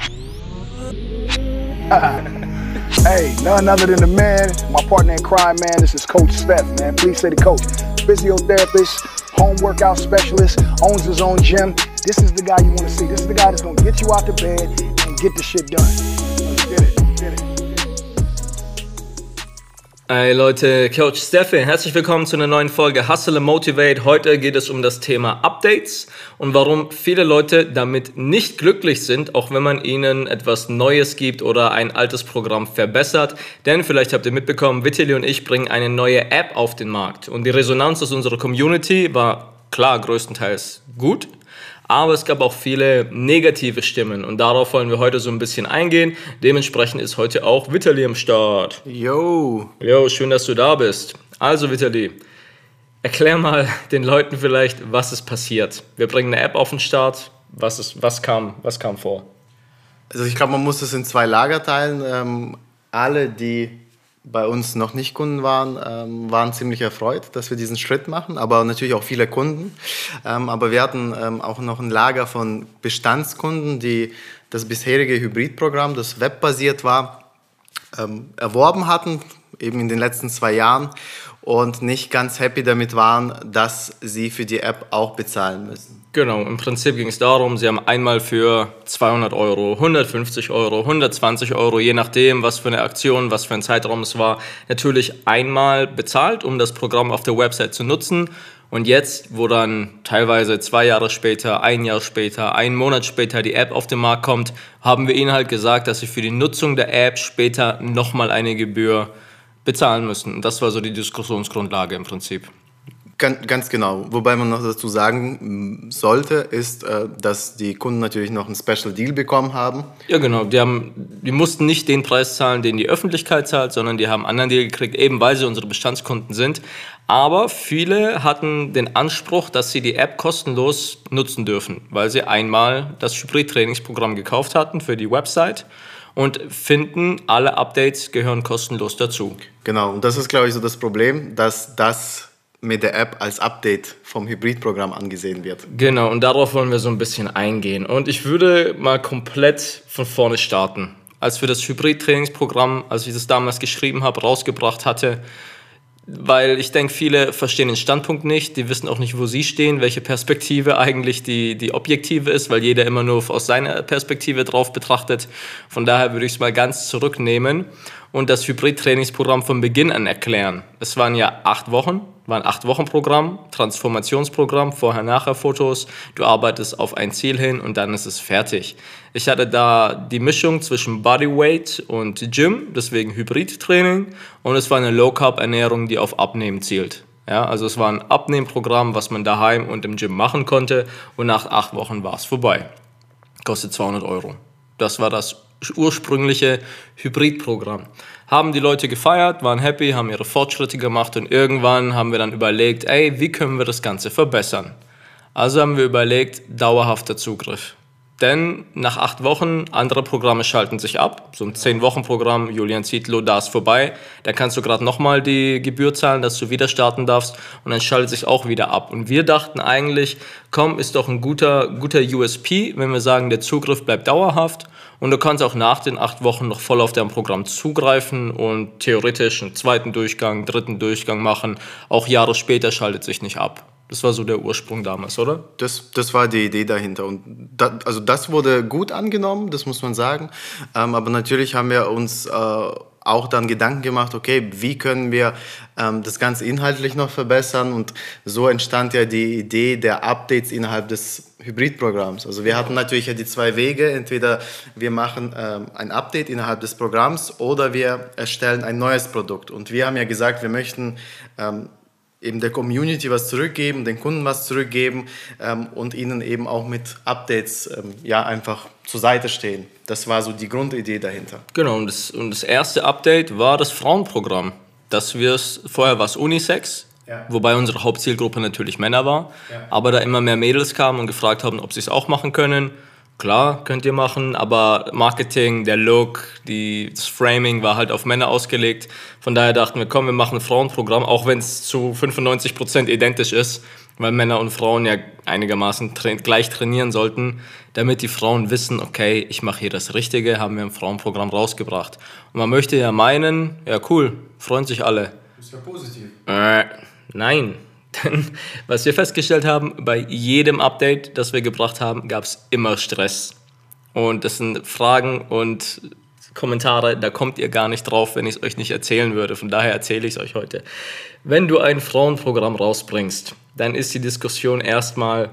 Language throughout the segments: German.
Hey, none other than the man, my partner in crime, man. This is Coach Steph, man. Please say the coach. Physiotherapist, home workout specialist, owns his own gym. This is the guy you want to see. This is the guy that's going to get you out the bed and get the shit done. Let's get it, get it. Hey Leute, Coach Steffi, herzlich willkommen zu einer neuen Folge Hustle and Motivate. Heute geht es um das Thema Updates und warum viele Leute damit nicht glücklich sind, auch wenn man ihnen etwas Neues gibt oder ein altes Programm verbessert. Denn vielleicht habt ihr mitbekommen, Vitaly und ich bringen eine neue App auf den Markt und die Resonanz aus unserer Community war klar größtenteils gut. Aber es gab auch viele negative Stimmen und darauf wollen wir heute so ein bisschen eingehen. Dementsprechend ist heute auch Vitaly am Start. Yo, Schön, dass du da bist. Also Vitaly, erklär mal den Leuten vielleicht, was ist passiert. Wir bringen eine App auf den Start. Was kam vor? Also ich glaube, man muss es in zwei Lager teilen. Alle, die bei uns noch nicht Kunden waren, waren ziemlich erfreut, dass wir diesen Schritt machen, aber natürlich auch viele Kunden. Aber wir hatten auch noch ein Lager von Bestandskunden, die das bisherige Hybridprogramm, das webbasiert war, erworben hatten, eben in den letzten 2 Jahren und nicht ganz happy damit waren, dass sie für die App auch bezahlen müssen. Genau, im Prinzip ging es darum, sie haben einmal für 200 Euro, 150 Euro, 120 Euro, je nachdem, was für eine Aktion, was für ein Zeitraum es war, natürlich einmal bezahlt, um das Programm auf der Website zu nutzen. Und jetzt, wo dann teilweise 2 Jahre später, 1 Jahr später, 1 Monat später die App auf den Markt kommt, haben wir ihnen halt gesagt, dass sie für die Nutzung der App später nochmal eine Gebühr bezahlen müssen. Und das war so die Diskussionsgrundlage im Prinzip. Ganz genau. Wobei man noch dazu sagen sollte, ist, dass die Kunden natürlich noch einen Special Deal bekommen haben. Ja, genau. Die mussten nicht den Preis zahlen, den die Öffentlichkeit zahlt, sondern die haben einen anderen Deal gekriegt, eben weil sie unsere Bestandskunden sind. Aber viele hatten den Anspruch, dass sie die App kostenlos nutzen dürfen, weil sie einmal das Hybrid-Trainingsprogramm gekauft hatten für die Website und finden, alle Updates gehören kostenlos dazu. Genau. Und das ist, glaube ich, so das Problem, dass das mit der App als Update vom Hybrid-Programm angesehen wird. Genau, und darauf wollen wir so ein bisschen eingehen. Und ich würde mal komplett von vorne starten. Als wir das Hybrid-Trainingsprogramm, als ich das damals geschrieben habe, rausgebracht hatte, weil ich denke, viele verstehen den Standpunkt nicht, die wissen auch nicht, wo sie stehen, welche Perspektive eigentlich die objektive ist, weil jeder immer nur aus seiner Perspektive drauf betrachtet. Von daher würde ich es mal ganz zurücknehmen und das Hybrid-Trainingsprogramm von Beginn an erklären. Es waren ja 8 Wochen, war ein 8-Wochen-Programm, Transformationsprogramm, Vorher-Nachher-Fotos. Du arbeitest auf ein Ziel hin und dann ist es fertig. Ich hatte da die Mischung zwischen Bodyweight und Gym, deswegen Hybrid-Training. Und es war eine Low-Carb-Ernährung, die auf Abnehmen zielt. Ja, also es war ein Abnehmprogramm, was man daheim und im Gym machen konnte. Und nach 8 Wochen war es vorbei. Kostet 200 Euro. Das war das ursprüngliche Hybridprogramm. Haben die Leute gefeiert, waren happy, haben ihre Fortschritte gemacht und irgendwann haben wir dann überlegt, wie können wir das Ganze verbessern? Also haben wir überlegt, dauerhafter Zugriff. Denn nach 8 Wochen, andere Programme schalten sich ab. So ein 10-Wochen-Programm, Julian Zietlow, da ist vorbei. Da kannst du gerade nochmal die Gebühr zahlen, dass du wieder starten darfst und dann schaltet sich auch wieder ab. Und wir dachten eigentlich, komm, ist doch ein guter USP, wenn wir sagen, der Zugriff bleibt dauerhaft und du kannst auch nach den 8 Wochen noch voll auf dein Programm zugreifen und theoretisch einen 2. Durchgang, 3. Durchgang machen. Auch Jahre später schaltet sich nicht ab. Das war so der Ursprung damals, oder? Das war die Idee dahinter. Und das wurde gut angenommen, das muss man sagen. Aber natürlich haben wir uns auch dann Gedanken gemacht, okay, wie können wir das Ganze inhaltlich noch verbessern? Und so entstand ja die Idee der Updates innerhalb des Hybridprogramms. Also wir hatten natürlich ja die 2 Wege. Entweder wir machen ein Update innerhalb des Programms oder wir erstellen ein neues Produkt. Und wir haben ja gesagt, wir möchten eben der Community was zurückgeben, den Kunden was zurückgeben und ihnen eben auch mit Updates einfach zur Seite stehen. Das war so die Grundidee dahinter. Genau, und das erste Update war das Frauenprogramm. Vorher war es Unisex, wobei unsere Hauptzielgruppe natürlich Männer war, aber da immer mehr Mädels kamen und gefragt haben, ob sie es auch machen können. Klar, könnt ihr machen, aber Marketing, der Look, das Framing war halt auf Männer ausgelegt. Von daher dachten wir, komm, wir machen ein Frauenprogramm, auch wenn es zu 95% identisch ist. weil Männer und Frauen ja einigermaßen gleich trainieren sollten, damit die Frauen wissen, okay, ich mache hier das Richtige, haben wir im Frauenprogramm rausgebracht. Und man möchte ja meinen, ja cool, freuen sich alle. Ist ja positiv. Nein, denn was wir festgestellt haben, bei jedem Update, das wir gebracht haben, gab es immer Stress. Und das sind Fragen und Kommentare, da kommt ihr gar nicht drauf, wenn ich es euch nicht erzählen würde. Von daher erzähle ich es euch heute. Wenn du ein Frauenprogramm rausbringst, dann ist die Diskussion erstmal,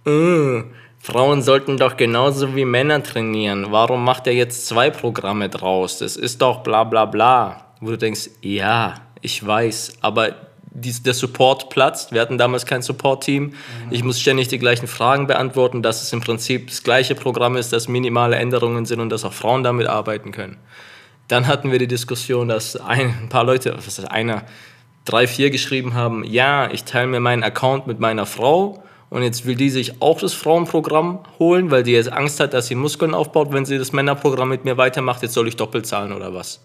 Frauen sollten doch genauso wie Männer trainieren. Warum macht er jetzt 2 Programme draus? Das ist doch bla bla bla. Wo du denkst, ja, ich weiß, aber der Support platzt. Wir hatten damals kein Support-Team. Ich muss ständig die gleichen Fragen beantworten, dass es im Prinzip das gleiche Programm ist, dass minimale Änderungen sind und dass auch Frauen damit arbeiten können. Dann hatten wir die Diskussion, dass ein paar Leute, 3, 4 geschrieben haben, ja, ich teile mir meinen Account mit meiner Frau und jetzt will die sich auch das Frauenprogramm holen, weil die jetzt Angst hat, dass sie Muskeln aufbaut, wenn sie das Männerprogramm mit mir weitermacht, jetzt soll ich doppelt zahlen oder was?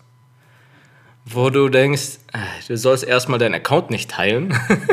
Wo du denkst, du sollst erstmal deinen Account nicht teilen.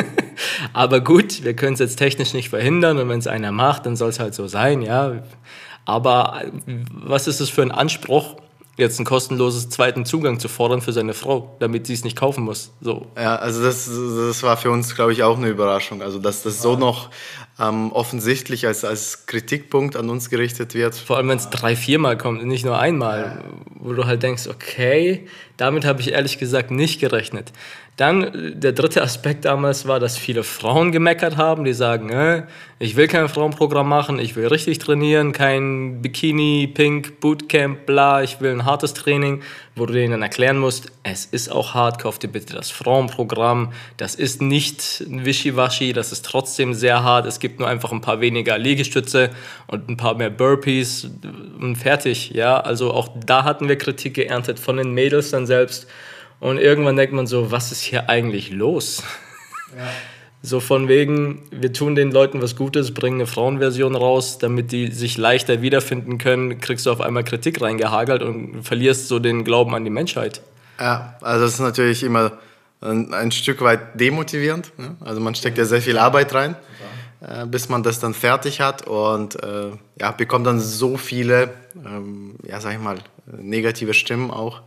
Aber gut, wir können es jetzt technisch nicht verhindern und wenn es einer macht, dann soll es halt so sein, ja. Aber was ist es für ein Anspruch, jetzt einen kostenlosen zweiten Zugang zu fordern für seine Frau, damit sie es nicht kaufen muss? So. Ja, also das war für uns, glaube ich, auch eine Überraschung. Also dass das so noch offensichtlich als Kritikpunkt an uns gerichtet wird. Vor allem, wenn es 3, 4 Mal kommt, nicht nur einmal, wo du halt denkst, okay, damit habe ich ehrlich gesagt nicht gerechnet. Dann der dritte Aspekt damals war, dass viele Frauen gemeckert haben, die sagen, ich will kein Frauenprogramm machen, ich will richtig trainieren, kein Bikini, Pink, Bootcamp, bla, ich will ein hartes Training, wo du denen dann erklären musst, es ist auch hart, kauf dir bitte das Frauenprogramm, das ist nicht ein Wischiwaschi, das ist trotzdem sehr hart, es gibt nur einfach ein paar weniger Liegestütze und ein paar mehr Burpees und fertig, ja, also auch da hatten wir Kritik geerntet von den Mädels dann selbst. Und irgendwann denkt man so, was ist hier eigentlich los? Ja. So von wegen, wir tun den Leuten was Gutes, bringen eine Frauenversion raus, damit die sich leichter wiederfinden können, kriegst du auf einmal Kritik reingehagelt und verlierst so den Glauben an die Menschheit. Ja, also das ist natürlich immer ein Stück weit demotivierend. Ne? Also man steckt ja sehr viel Arbeit rein, bis man das dann fertig hat und bekommt dann so viele, sag ich mal, negative Stimmen auch.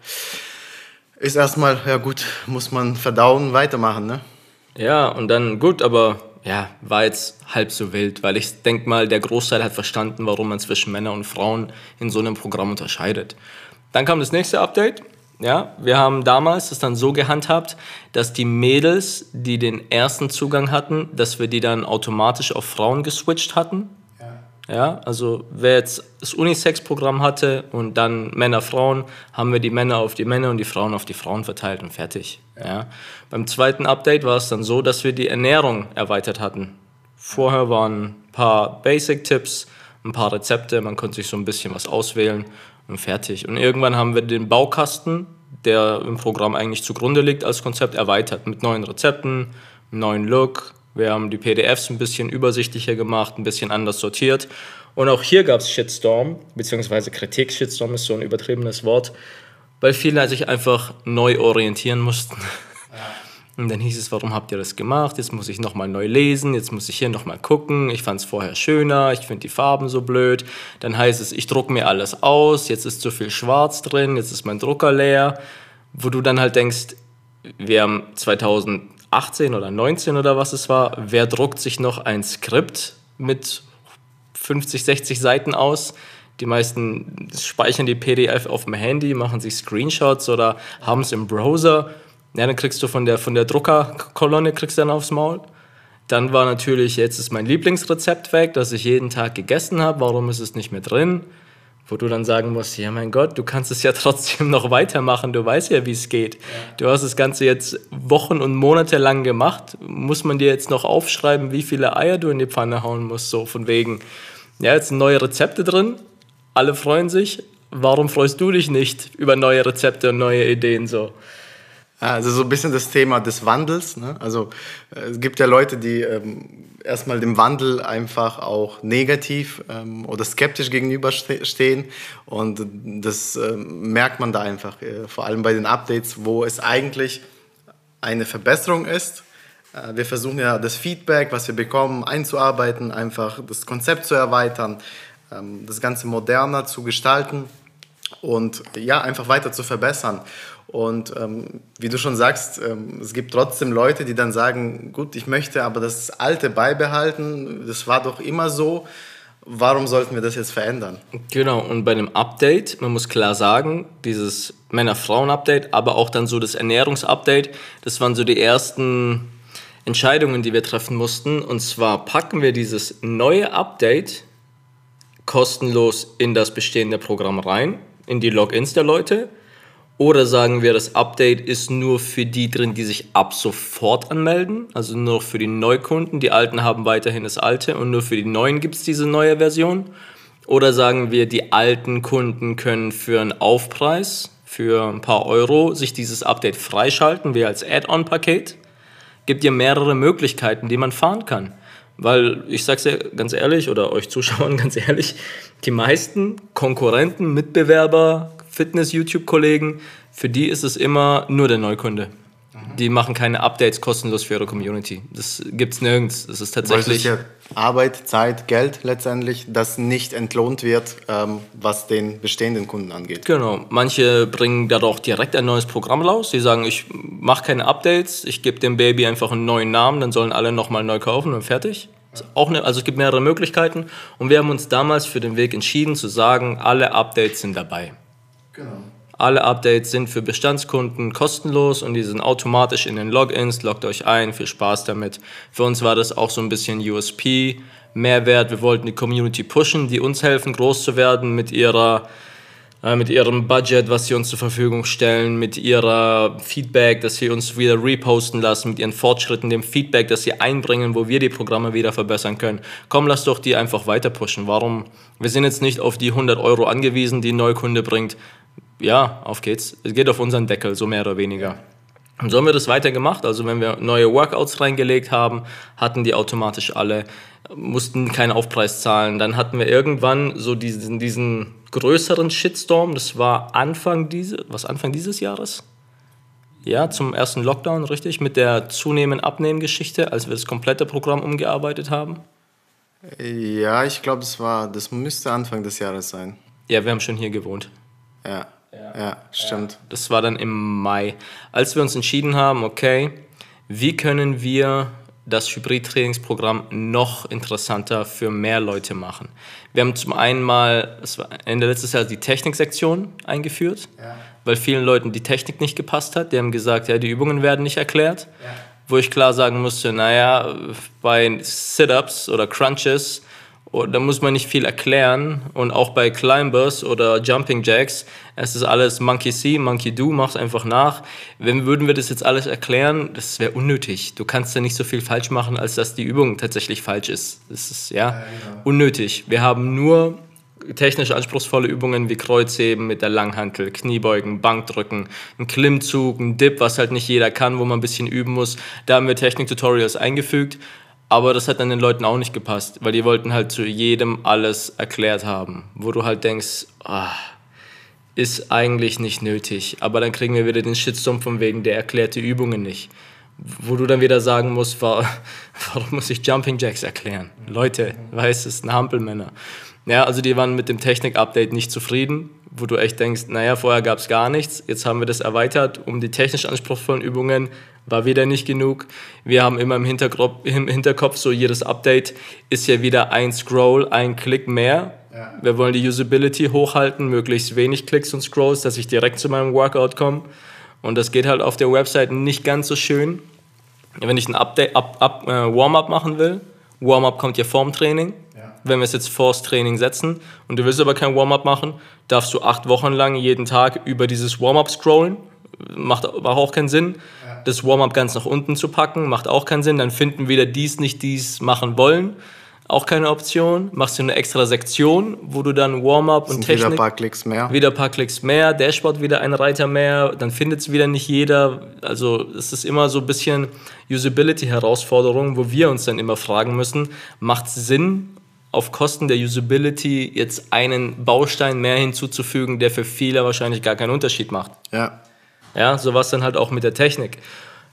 Ist erstmal, ja gut, muss man verdauen, weitermachen, ne? Ja, und dann gut, aber ja, war jetzt halb so wild, weil ich denke mal, der Großteil hat verstanden, warum man zwischen Männern und Frauen in so einem Programm unterscheidet. Dann kam das nächste Update. Ja, wir haben damals das dann so gehandhabt, dass die Mädels, die den ersten Zugang hatten, dass wir die dann automatisch auf Frauen geswitcht hatten. Ja, also wer jetzt das Unisex-Programm hatte und dann Männer, Frauen, haben wir die Männer auf die Männer und die Frauen auf die Frauen verteilt und fertig. Ja. Beim zweiten Update war es dann so, dass wir die Ernährung erweitert hatten. Vorher waren ein paar Basic-Tipps, ein paar Rezepte, man konnte sich so ein bisschen was auswählen und fertig. Und irgendwann haben wir den Baukasten, der im Programm eigentlich zugrunde liegt, als Konzept erweitert mit neuen Rezepten, einem neuen Look. Wir haben die PDFs ein bisschen übersichtlicher gemacht, ein bisschen anders sortiert. Und auch hier gab es Shitstorm, beziehungsweise Kritik. Shitstorm ist so ein übertriebenes Wort, weil viele sich einfach neu orientieren mussten. Ja. Und dann hieß es, warum habt ihr das gemacht? Jetzt muss ich nochmal neu lesen, jetzt muss ich hier nochmal gucken. Ich fand es vorher schöner, ich finde die Farben so blöd. Dann heißt es, ich drucke mir alles aus, jetzt ist zu viel Schwarz drin, jetzt ist mein Drucker leer. Wo du dann halt denkst, wir haben 2018 oder 19 oder was es war, wer druckt sich noch ein Skript mit 50, 60 Seiten aus? Die meisten speichern die PDF auf dem Handy, machen sich Screenshots oder haben es im Browser. Ja, dann kriegst du von der Druckerkolonne kriegst du dann aufs Maul. Dann war natürlich, jetzt ist mein Lieblingsrezept weg, das ich jeden Tag gegessen habe, warum ist es nicht mehr drin? Wo du dann sagen musst, ja mein Gott, du kannst es ja trotzdem noch weitermachen, du weißt ja, wie es geht. Ja. Du hast das Ganze jetzt Wochen und Monate lang gemacht, muss man dir jetzt noch aufschreiben, wie viele Eier du in die Pfanne hauen musst, so von wegen. Ja, jetzt sind neue Rezepte drin, alle freuen sich, warum freust du dich nicht über neue Rezepte und neue Ideen so? Also so ein bisschen das Thema des Wandels, ne? Also es gibt ja Leute, die erstmal dem Wandel einfach auch negativ oder skeptisch gegenüberstehen und das merkt man da einfach, vor allem bei den Updates, wo es eigentlich eine Verbesserung ist, Wir versuchen ja das Feedback, was wir bekommen, einzuarbeiten, einfach das Konzept zu erweitern, das Ganze moderner zu gestalten und ja, einfach weiter zu verbessern. Und wie du schon sagst, es gibt trotzdem Leute, die dann sagen, gut, ich möchte aber das Alte beibehalten, das war doch immer so, warum sollten wir das jetzt verändern? Genau, und bei dem Update, man muss klar sagen, dieses Männer-Frauen-Update, aber auch dann so das Ernährungsupdate, das waren so die ersten Entscheidungen, die wir treffen mussten. Und zwar packen wir dieses neue Update kostenlos in das bestehende Programm rein, in die Logins der Leute. Oder sagen wir, das Update ist nur für die drin, die sich ab sofort anmelden, also nur für die Neukunden. Die Alten haben weiterhin das Alte und nur für die Neuen gibt es diese neue Version. Oder sagen wir, die alten Kunden können für einen Aufpreis, für ein paar Euro, sich dieses Update freischalten, wie als Add-on-Paket. Gibt ja mehrere Möglichkeiten, die man fahren kann. Weil, ich sag's ja ganz ehrlich, oder euch Zuschauern ganz ehrlich, die meisten Konkurrenten, Mitbewerber, Fitness-YouTube-Kollegen, für die ist es immer nur der Neukunde. Die machen keine Updates kostenlos für ihre Community. Das gibt's nirgends. Das ist tatsächlich... Weil es ist ja Arbeit, Zeit, Geld letztendlich, das nicht entlohnt wird, was den bestehenden Kunden angeht. Genau. Manche bringen da doch direkt ein neues Programm raus. Die sagen, ich mache keine Updates, ich gebe dem Baby einfach einen neuen Namen, dann sollen alle nochmal neu kaufen und fertig. Also es gibt mehrere Möglichkeiten. Und wir haben uns damals für den Weg entschieden, zu sagen, alle Updates sind dabei. Genau. Alle Updates sind für Bestandskunden kostenlos und die sind automatisch in den Logins. Loggt euch ein, viel Spaß damit. Für uns war das auch so ein bisschen USP, Mehrwert. Wir wollten die Community pushen, die uns helfen, groß zu werden mit ihrem Budget, was sie uns zur Verfügung stellen, mit ihrer Feedback, dass sie uns wieder reposten lassen, mit ihren Fortschritten, dem Feedback, das sie einbringen, wo wir die Programme wieder verbessern können. Komm, lass doch die einfach weiter pushen. Warum? Wir sind jetzt nicht auf die 100 Euro angewiesen, die ein Neukunde bringt. Ja, auf geht's. Es geht auf unseren Deckel, so mehr oder weniger. Und so haben wir das weiter gemacht. Also wenn wir neue Workouts reingelegt haben, hatten die automatisch alle, mussten keinen Aufpreis zahlen. Dann hatten wir irgendwann so diesen größeren Shitstorm. Das war Anfang dieses Jahres? Ja, zum ersten Lockdown, richtig, mit der Zunehmen-Abnehmen-Geschichte, als wir das komplette Programm umgearbeitet haben. Ja, ich glaube, das müsste Anfang des Jahres sein. Ja, wir haben schon hier gewohnt. Ja, stimmt. Das war dann im Mai. Als wir uns entschieden haben, okay, wie können wir das Hybrid-Trainingsprogramm noch interessanter für mehr Leute machen? Wir haben zum einen mal, das war Ende letztes Jahr, die Techniksektion eingeführt, weil vielen Leuten die Technik nicht gepasst hat. Die haben gesagt, ja, die Übungen werden nicht erklärt. Wo ich klar sagen musste, naja, bei Sit-Ups oder Crunches, da muss man nicht viel erklären. Und auch bei Climbers oder Jumping Jacks, es ist alles Monkey See, Monkey Do, mach's einfach nach. Würden wir das jetzt alles erklären, das wäre unnötig. Du kannst ja nicht so viel falsch machen, als dass die Übung tatsächlich falsch ist. Das ist unnötig. Wir haben nur technisch anspruchsvolle Übungen wie Kreuzheben mit der Langhantel, Kniebeugen, Bankdrücken, ein Klimmzug, ein Dip, was halt nicht jeder kann, wo man ein bisschen üben muss. Da haben wir Technik-Tutorials eingefügt. Aber das hat dann den Leuten auch nicht gepasst, weil die wollten halt zu jedem alles erklärt haben, wo du halt denkst, ist eigentlich nicht nötig. Aber dann kriegen wir wieder den Shitstorm von wegen, der erklärt die Übungen nicht. Wo du dann wieder sagen musst, warum muss ich Jumping Jacks erklären? Leute, es ist ein Hampelmänner. Ja, also die waren mit dem Technik-Update nicht zufrieden, wo du echt denkst, naja, vorher gab es gar nichts, jetzt haben wir das erweitert um die technisch anspruchsvollen Übungen, war wieder nicht genug. Wir haben immer im Hinterkopf so, jedes Update ist ja wieder ein Scroll, ein Klick mehr. Ja. Wir wollen die Usability hochhalten, möglichst wenig Klicks und Scrolls, dass ich direkt zu meinem Workout komme. Und das geht halt auf der Website nicht ganz so schön. Wenn ich ein Warm-up machen will, Warm-up kommt ja vorm Training. Wenn wir es jetzt vors Training setzen und du willst aber kein Warm-up machen, darfst du 8 Wochen lang jeden Tag über dieses Warm-up scrollen. Macht auch keinen Sinn. Ja. Das Warm-up ganz nach unten zu packen, macht auch keinen Sinn. Dann finden wieder dies machen wollen. Auch keine Option. Machst du eine extra Sektion, wo du dann Warm-up und Technik... Wieder ein paar Klicks mehr. Wieder ein paar Klicks mehr. Dashboard wieder ein Reiter mehr. Dann findet es wieder nicht jeder. Also es ist immer so ein bisschen Usability-Herausforderung, wo wir uns dann immer fragen müssen, macht es Sinn, auf Kosten der Usability jetzt einen Baustein mehr hinzuzufügen, der für viele wahrscheinlich gar keinen Unterschied macht. Ja. Ja, so war es dann halt auch mit der Technik.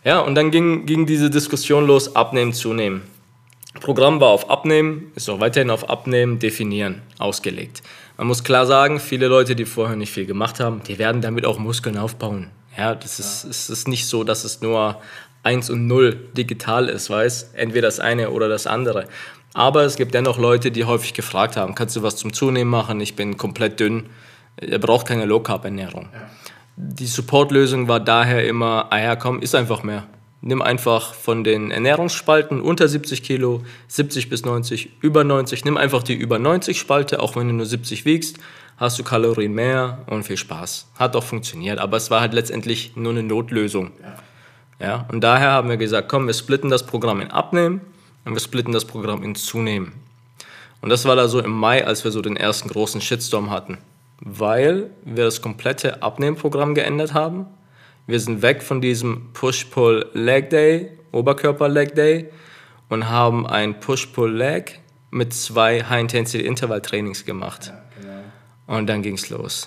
Ja, und dann ging diese Diskussion los, Abnehmen, Zunehmen. Programm war auf Abnehmen, ist auch weiterhin auf Abnehmen, Definieren ausgelegt. Man muss klar sagen, viele Leute, die vorher nicht viel gemacht haben, die werden damit auch Muskeln aufbauen. Ja, es ist nicht so, dass es nur 1 und 0 digital ist, weißt? Entweder das eine oder das andere. Aber es gibt dennoch Leute, die häufig gefragt haben, kannst du was zum Zunehmen machen? Ich bin komplett dünn. Er braucht keine Low-Carb-Ernährung. Ja. Die Supportlösung war daher immer, ja komm, iss einfach mehr. Nimm einfach von den Ernährungsspalten unter 70 Kilo, 70 bis 90, über 90. Nimm einfach die über 90 Spalte, auch wenn du nur 70 wiegst, hast du Kalorien mehr und viel Spaß. Hat auch funktioniert, aber es war halt letztendlich nur eine Notlösung. Ja, und daher haben wir gesagt, komm, wir splitten das Programm in Abnehmen und wir splitten das Programm in Zunehmen. Und das war da so im Mai, als wir so den ersten großen Shitstorm hatten, weil wir das komplette Abnehmprogramm geändert haben. Wir sind weg von diesem Push-Pull-Leg Day, Oberkörper-Leg Day und haben ein Push-Pull-Leg mit 2 High-Intensity-Intervall-Trainings gemacht. Ja, genau. Und dann ging's los.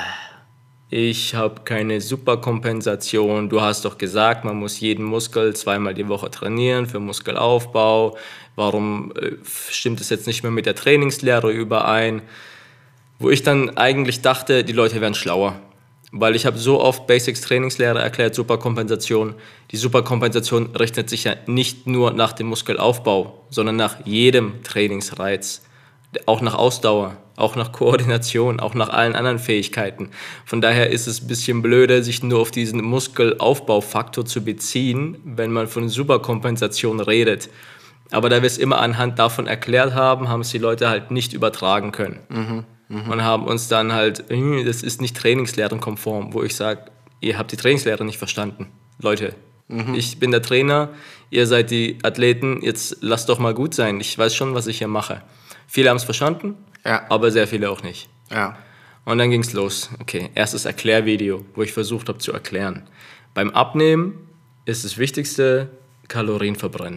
Ich habe keine Superkompensation. Du hast doch gesagt, man muss jeden Muskel 2-mal die Woche trainieren für Muskelaufbau. Warum stimmt es jetzt nicht mehr mit der Trainingslehre überein? Wo ich dann eigentlich dachte, die Leute werden schlauer. Weil ich habe so oft Basics Trainingslehre erklärt, Superkompensation. Die Superkompensation richtet sich ja nicht nur nach dem Muskelaufbau, sondern nach jedem Trainingsreiz. Auch nach Ausdauer, auch nach Koordination, auch nach allen anderen Fähigkeiten. Von daher ist es ein bisschen blöde, sich nur auf diesen Muskelaufbaufaktor zu beziehen, wenn man von Superkompensation redet. Aber da wir es immer anhand davon erklärt haben, haben es die Leute halt nicht übertragen können. Und haben uns dann halt, das ist nicht trainingslehrenkonform, wo ich sage, ihr habt die Trainingslehre nicht verstanden. Leute, ich bin der Trainer, ihr seid die Athleten, jetzt lasst doch mal gut sein. Ich weiß schon, was ich hier mache. Viele haben es verstanden, aber sehr viele auch nicht. Ja. Und dann ging es los. Okay, erstes Erklärvideo, wo ich versucht habe zu erklären. Beim Abnehmen ist das Wichtigste Kalorien verbrennen.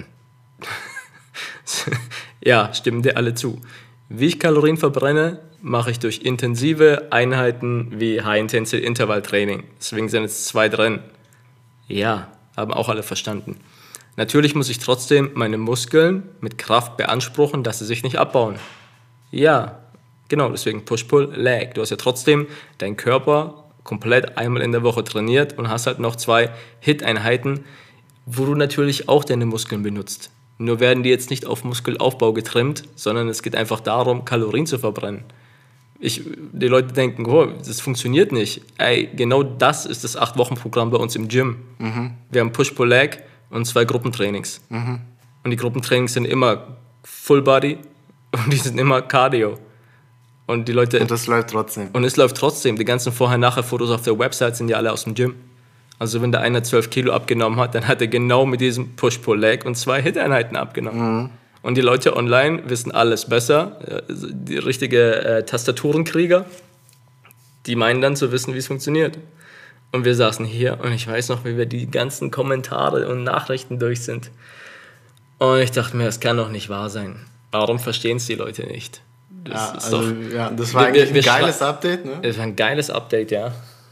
Ja, stimmen dir alle zu. Wie ich Kalorien verbrenne, mache ich durch intensive Einheiten wie High-Intensity-Intervall-Training. Deswegen sind jetzt 2 drin. Ja, haben auch alle verstanden. Natürlich muss ich trotzdem meine Muskeln mit Kraft beanspruchen, dass sie sich nicht abbauen. Ja, genau, deswegen Push-Pull-Leg. Du hast ja trotzdem deinen Körper komplett einmal in der Woche trainiert und hast halt noch 2 HIIT-Einheiten, wo du natürlich auch deine Muskeln benutzt. Nur werden die jetzt nicht auf Muskelaufbau getrimmt, sondern es geht einfach darum, Kalorien zu verbrennen. Die Leute denken, oh, das funktioniert nicht. Ey, genau das ist das 8-Wochen-Programm bei uns im Gym. Wir haben Push-Pull-Leg und 2 Gruppentrainings. Und die Gruppentrainings sind immer Full Body und die sind immer Cardio. Und die Leute... Und das läuft trotzdem. Und es läuft trotzdem. Die ganzen Vorher-Nachher-Fotos auf der Website sind ja alle aus dem Gym. Also wenn der einer 12 Kilo abgenommen hat, dann hat er genau mit diesem Push-Pull-Leg und 2 HIIT-Einheiten abgenommen. Und die Leute online wissen alles besser. Die richtige Tastaturenkrieger, die meinen dann zu wissen, wie es funktioniert. Und wir saßen hier und ich weiß noch, wie wir die ganzen Kommentare und Nachrichten durch sind. Und ich dachte mir, das kann doch nicht wahr sein. Warum verstehen es die Leute nicht? Das war eigentlich ein geiles Update, ne? Das war ein geiles Update, ja.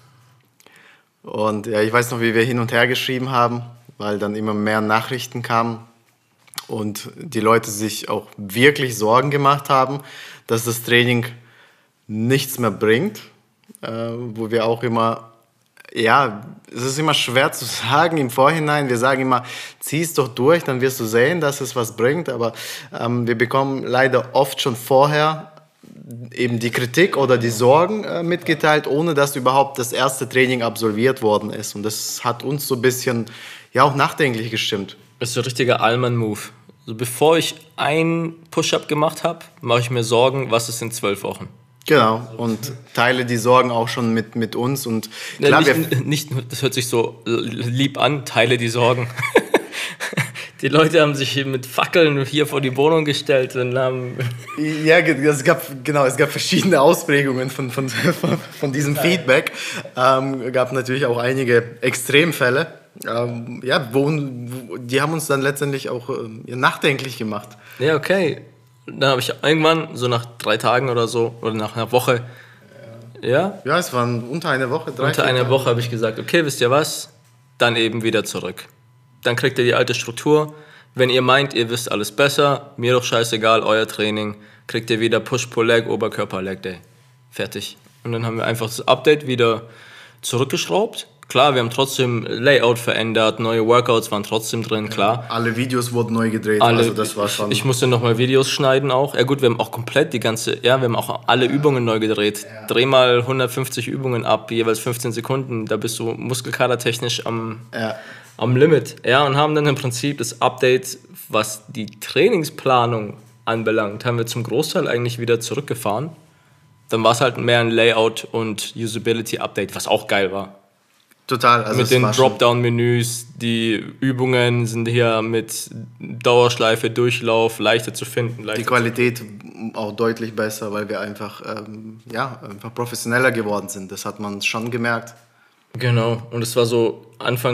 Und ja, ich weiß noch, wie wir hin und her geschrieben haben, weil dann immer mehr Nachrichten kamen und die Leute sich auch wirklich Sorgen gemacht haben, dass das Training nichts mehr bringt, wo wir auch immer, ja, es ist immer schwer zu sagen im Vorhinein, wir sagen immer, zieh es doch durch, dann wirst du sehen, dass es was bringt, aber wir bekommen leider oft schon vorher eben die Kritik oder die Sorgen mitgeteilt, ohne dass überhaupt das erste Training absolviert worden ist. Und das hat uns so ein bisschen ja auch nachdenklich gestimmt. Das ist so ein richtiger Allmann-Move. Also bevor ich einen Push-Up gemacht habe, mache ich mir Sorgen, was ist in 12 Wochen. Genau, und teile die Sorgen auch schon mit uns. Und klar, nicht, das hört sich so lieb an, teile die Sorgen. Die Leute haben sich hier mit Fackeln hier vor die Wohnung gestellt und haben... Ja, es gab verschiedene Ausprägungen von diesem Feedback. Gab natürlich auch einige Extremfälle. Die haben uns dann letztendlich auch nachdenklich gemacht. Ja, okay. Dann habe ich irgendwann, so nach 3 Tagen oder so, oder nach einer Woche... Ja, es waren unter einer Woche, 3 Unter einer Woche habe ich gesagt, okay, wisst ihr was? Dann eben wieder zurück. dann kriegt ihr die alte Struktur. Wenn ihr meint, ihr wisst alles besser, mir doch scheißegal, euer Training, kriegt ihr wieder Push-Pull-Leg, Oberkörper-Leg-Day. Fertig. Und dann haben wir einfach das Update wieder zurückgeschraubt. Klar, wir haben trotzdem Layout verändert, neue Workouts waren trotzdem drin, klar. Alle Videos wurden neu gedreht, also das war schon... Ich musste nochmal Videos schneiden auch. Ja gut, wir haben auch komplett wir haben auch alle Übungen neu gedreht. Ja. Dreh mal 150 Übungen ab, jeweils 15 Sekunden, da bist du muskelkatertechnisch am Limit. Ja, und haben dann im Prinzip das Update, was die Trainingsplanung anbelangt, haben wir zum Großteil eigentlich wieder zurückgefahren. Dann war es halt mehr ein Layout- und Usability-Update, was auch geil war. Total. Also mit den Dropdown-Menüs, die Übungen sind hier mit Dauerschleife, Durchlauf, leichter zu finden. Die Qualität auch deutlich besser, weil wir einfach professioneller geworden sind. Das hat man schon gemerkt. Genau, und es war so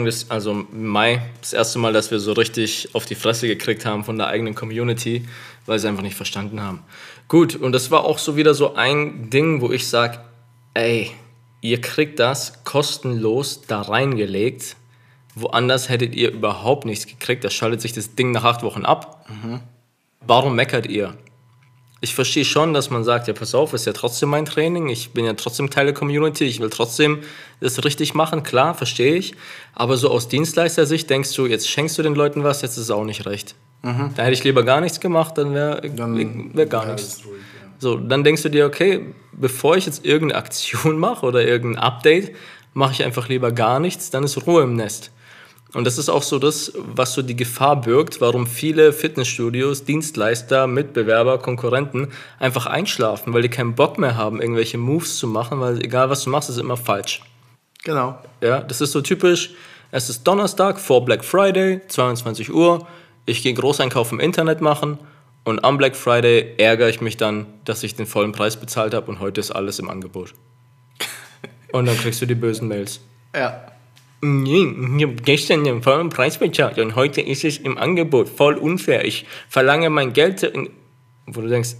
Mai, das erste Mal, dass wir so richtig auf die Fresse gekriegt haben von der eigenen Community, weil sie einfach nicht verstanden haben. Gut, und das war auch so wieder so ein Ding, wo ich sage, ey, ihr kriegt das kostenlos da reingelegt. Woanders hättet ihr überhaupt nichts gekriegt. Da schaltet sich das Ding nach 8 Wochen ab. Warum meckert ihr? Ich verstehe schon, dass man sagt, ja pass auf, ist ja trotzdem mein Training. Ich bin ja trotzdem Teil der Community. Ich will trotzdem das richtig machen. Klar, verstehe ich. Aber so aus Dienstleister-Sicht denkst du, jetzt schenkst du den Leuten was, jetzt ist es auch nicht recht. Da hätte ich lieber gar nichts gemacht, dann wäre gar nichts. Ruhig, ja. So, dann denkst du dir, okay, bevor ich jetzt irgendeine Aktion mache oder irgendein Update, mache ich einfach lieber gar nichts, dann ist Ruhe im Nest. Und das ist auch so das, was so die Gefahr birgt, warum viele Fitnessstudios, Dienstleister, Mitbewerber, Konkurrenten einfach einschlafen, weil die keinen Bock mehr haben, irgendwelche Moves zu machen, weil egal was du machst, ist immer falsch. Genau. Ja, das ist so typisch, es ist Donnerstag vor Black Friday, 22 Uhr, ich gehe Großeinkauf im Internet machen. Und am Black Friday ärgere ich mich dann, dass ich den vollen Preis bezahlt habe und heute ist alles im Angebot. Und dann kriegst du die bösen Mails. Ja. Ich habe gestern den vollen Preis bezahlt und heute ist es im Angebot. Voll unfair. Ich verlange mein Geld. Wo du denkst,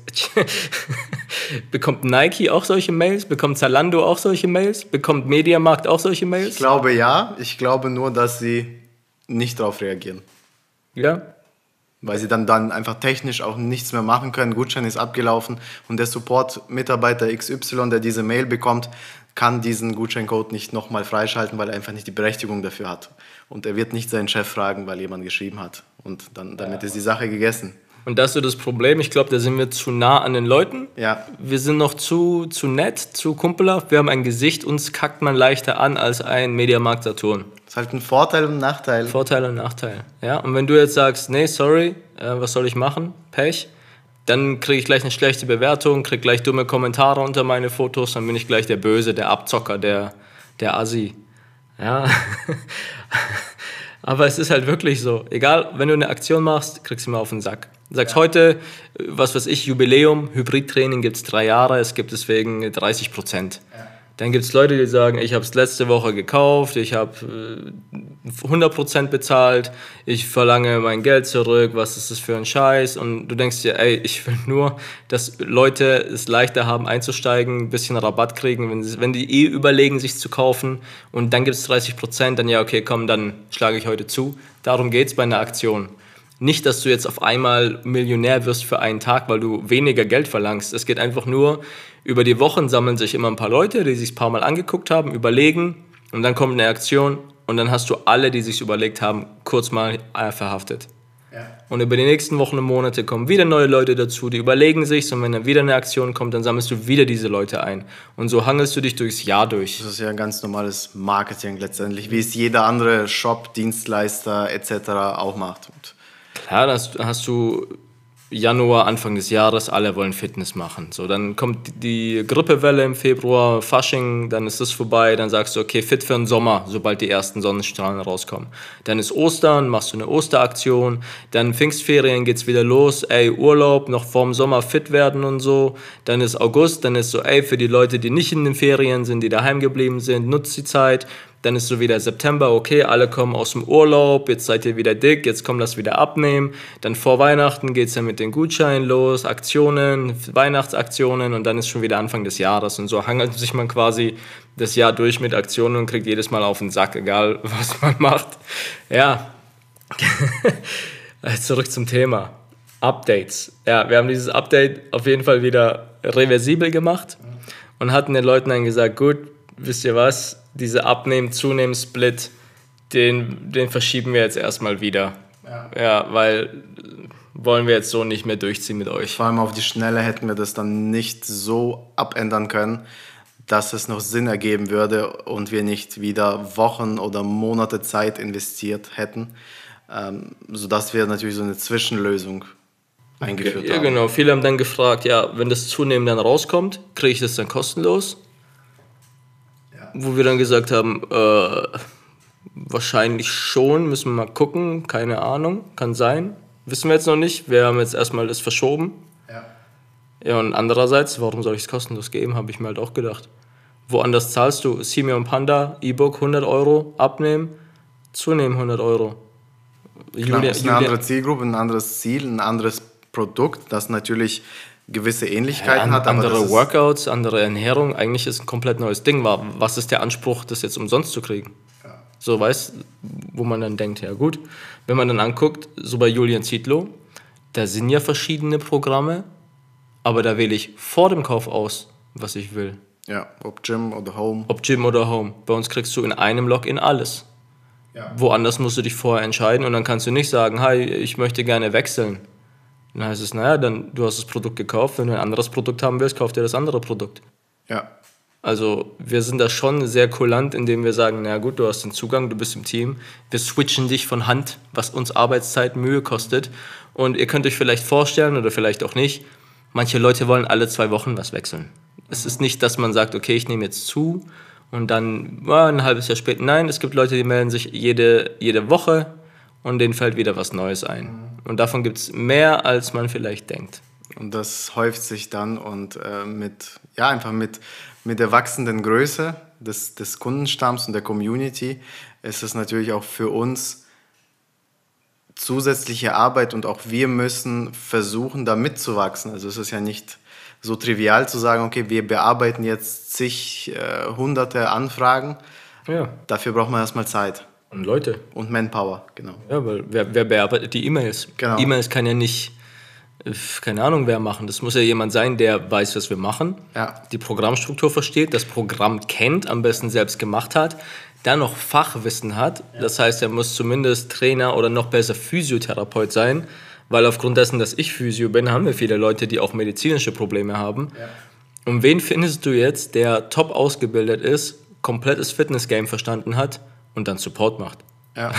bekommt Nike auch solche Mails? Bekommt Zalando auch solche Mails? Bekommt Mediamarkt auch solche Mails? Ich glaube ja. Ich glaube nur, dass sie nicht darauf reagieren. Ja. Weil sie dann einfach technisch auch nichts mehr machen können. Gutschein ist abgelaufen und der Support-Mitarbeiter XY, der diese Mail bekommt, kann diesen Gutscheincode nicht nochmal freischalten, weil er einfach nicht die Berechtigung dafür hat. Und er wird nicht seinen Chef fragen, weil jemand geschrieben hat. Und damit ist die Sache gegessen. Und das ist so das Problem. Ich glaube, da sind wir zu nah an den Leuten. Ja. Wir sind noch zu nett, zu kumpelhaft. Wir haben ein Gesicht, uns kackt man leichter an als ein Mediamarkt Saturn. Das ist halt ein Vorteil und ein Nachteil. Vorteil und Nachteil, ja. Und wenn du jetzt sagst, nee, sorry, was soll ich machen? Pech. Dann kriege ich gleich eine schlechte Bewertung, kriege gleich dumme Kommentare unter meine Fotos, dann bin ich gleich der Böse, der Abzocker, der Assi. Ja. Aber es ist halt wirklich so. Egal, wenn du eine Aktion machst, kriegst du mal auf den Sack. Du sagst heute, was weiß ich, Jubiläum, Hybridtraining gibt es 3 Jahre, es gibt deswegen 30%. Ja. Dann gibt es Leute, die sagen, ich habe es letzte Woche gekauft, ich habe 100% bezahlt, ich verlange mein Geld zurück, was ist das für ein Scheiß? Und du denkst dir, ey, ich will nur, dass Leute es leichter haben einzusteigen, ein bisschen Rabatt kriegen, wenn die überlegen, sich zu kaufen und dann gibt es 30%, dann ja, okay, komm, dann schlage ich heute zu. Darum geht es bei einer Aktion. Nicht, dass du jetzt auf einmal Millionär wirst für einen Tag, weil du weniger Geld verlangst. Es geht einfach nur, über die Wochen sammeln sich immer ein paar Leute, die sich ein paar Mal angeguckt haben, überlegen und dann kommt eine Aktion und dann hast du alle, die sich überlegt haben, kurz mal verhaftet. Ja. Und über die nächsten Wochen und Monate kommen wieder neue Leute dazu, die überlegen sich und wenn dann wieder eine Aktion kommt, dann sammelst du wieder diese Leute ein. Und so hangelst du dich durchs Jahr durch. Das ist ja ein ganz normales Marketing letztendlich, wie es jeder andere Shop, Dienstleister etc. auch macht. Klar, das hast du Januar, Anfang des Jahres, alle wollen Fitness machen. So, dann kommt die Grippewelle im Februar, Fasching, dann ist das vorbei, dann sagst du, okay, fit für den Sommer, sobald die ersten Sonnenstrahlen rauskommen. Dann ist Ostern, machst du eine Osteraktion, dann Pfingstferien geht's wieder los, ey, Urlaub, noch vorm Sommer fit werden und so. Dann ist August, dann ist so, ey, für die Leute, die nicht in den Ferien sind, die daheim geblieben sind, nutzt die Zeit. Dann ist so wieder September, okay, alle kommen aus dem Urlaub, jetzt seid ihr wieder dick, jetzt kommt das wieder abnehmen. Dann vor Weihnachten geht es ja mit den Gutscheinen los, Aktionen, Weihnachtsaktionen und dann ist schon wieder Anfang des Jahres. Und so hangelt sich man quasi das Jahr durch mit Aktionen und kriegt jedes Mal auf den Sack, egal was man macht. Ja, Zurück zum Thema. Updates. Ja, wir haben dieses Update auf jeden Fall wieder reversibel gemacht und hatten den Leuten dann gesagt, gut, wisst ihr was, diese Abnehmen-Zunehmen-Split, den verschieben wir jetzt erstmal wieder. Ja, weil wollen wir jetzt so nicht mehr durchziehen mit euch. Vor allem auf die Schnelle hätten wir das dann nicht so abändern können, dass es noch Sinn ergeben würde und wir nicht wieder Wochen oder Monate Zeit investiert hätten, sodass wir natürlich so eine Zwischenlösung eingeführt haben. Ja, genau. Viele haben dann gefragt, ja, wenn das Zunehmen dann rauskommt, kriege ich das dann kostenlos? Ja. Wo wir dann gesagt haben, wahrscheinlich schon, müssen wir mal gucken, keine Ahnung, kann sein. Wissen wir jetzt noch nicht, wir haben jetzt erstmal das verschoben. Ja, und andererseits, warum soll ich es kostenlos geben, habe ich mir halt auch gedacht. Woanders zahlst du Simeon Panda, E-Book 100 Euro, abnehmen, zunehmen 100 Euro. Klar, ist eine andere Zielgruppe, ein anderes Ziel, ein anderes Produkt, das natürlich gewisse Ähnlichkeiten hat. Aber andere Workouts, andere Ernährung, eigentlich ist ein komplett neues Ding. Was ist der Anspruch, das jetzt umsonst zu kriegen? Ja. So, weißt wo man dann denkt, ja gut, wenn man dann anguckt, so bei Julian Zietlow, da sind ja verschiedene Programme, aber da wähle ich vor dem Kauf aus, was ich will. Ja, ob Gym oder Home. Ob Gym oder Home. Bei uns kriegst du in einem Login alles. Ja. Woanders musst du dich vorher entscheiden und dann kannst du nicht sagen, hi, ich möchte gerne wechseln. Dann heißt es, naja, dann, du hast das Produkt gekauft, wenn du ein anderes Produkt haben willst, kauf dir das andere Produkt. Ja. Also wir sind da schon sehr kulant, indem wir sagen, na gut, du hast den Zugang, du bist im Team, wir switchen dich von Hand, was uns Arbeitszeit, Mühe kostet. Und ihr könnt euch vielleicht vorstellen, oder vielleicht auch nicht, manche Leute wollen alle 2 Wochen was wechseln. Es ist nicht, dass man sagt, okay, ich nehme jetzt zu und dann ein halbes Jahr später. Nein, es gibt Leute, die melden sich jede Woche und denen fällt wieder was Neues ein. Und davon gibt es mehr, als man vielleicht denkt. Und das häuft sich dann und einfach mit der wachsenden Größe des Kundenstamms und der Community ist es natürlich auch für uns zusätzliche Arbeit und auch wir müssen versuchen, da mitzuwachsen. Also es ist ja nicht so trivial zu sagen, okay, wir bearbeiten jetzt hunderte Anfragen. Ja. Dafür braucht man erstmal Zeit. Und Leute. Und Manpower, genau. Ja, weil wer bearbeitet die E-Mails? Genau. E-Mails kann ja nicht, keine Ahnung, wer machen. Das muss ja jemand sein, der weiß, was wir machen, die Programmstruktur versteht, das Programm kennt, am besten selbst gemacht hat, dann noch Fachwissen hat. Ja. Das heißt, er muss zumindest Trainer oder noch besser Physiotherapeut sein, weil aufgrund dessen, dass ich Physio bin, haben wir viele Leute, die auch medizinische Probleme haben. Ja. Und wen findest du jetzt, der top ausgebildet ist, komplettes Fitness-Game verstanden hat und dann Support macht? Ja.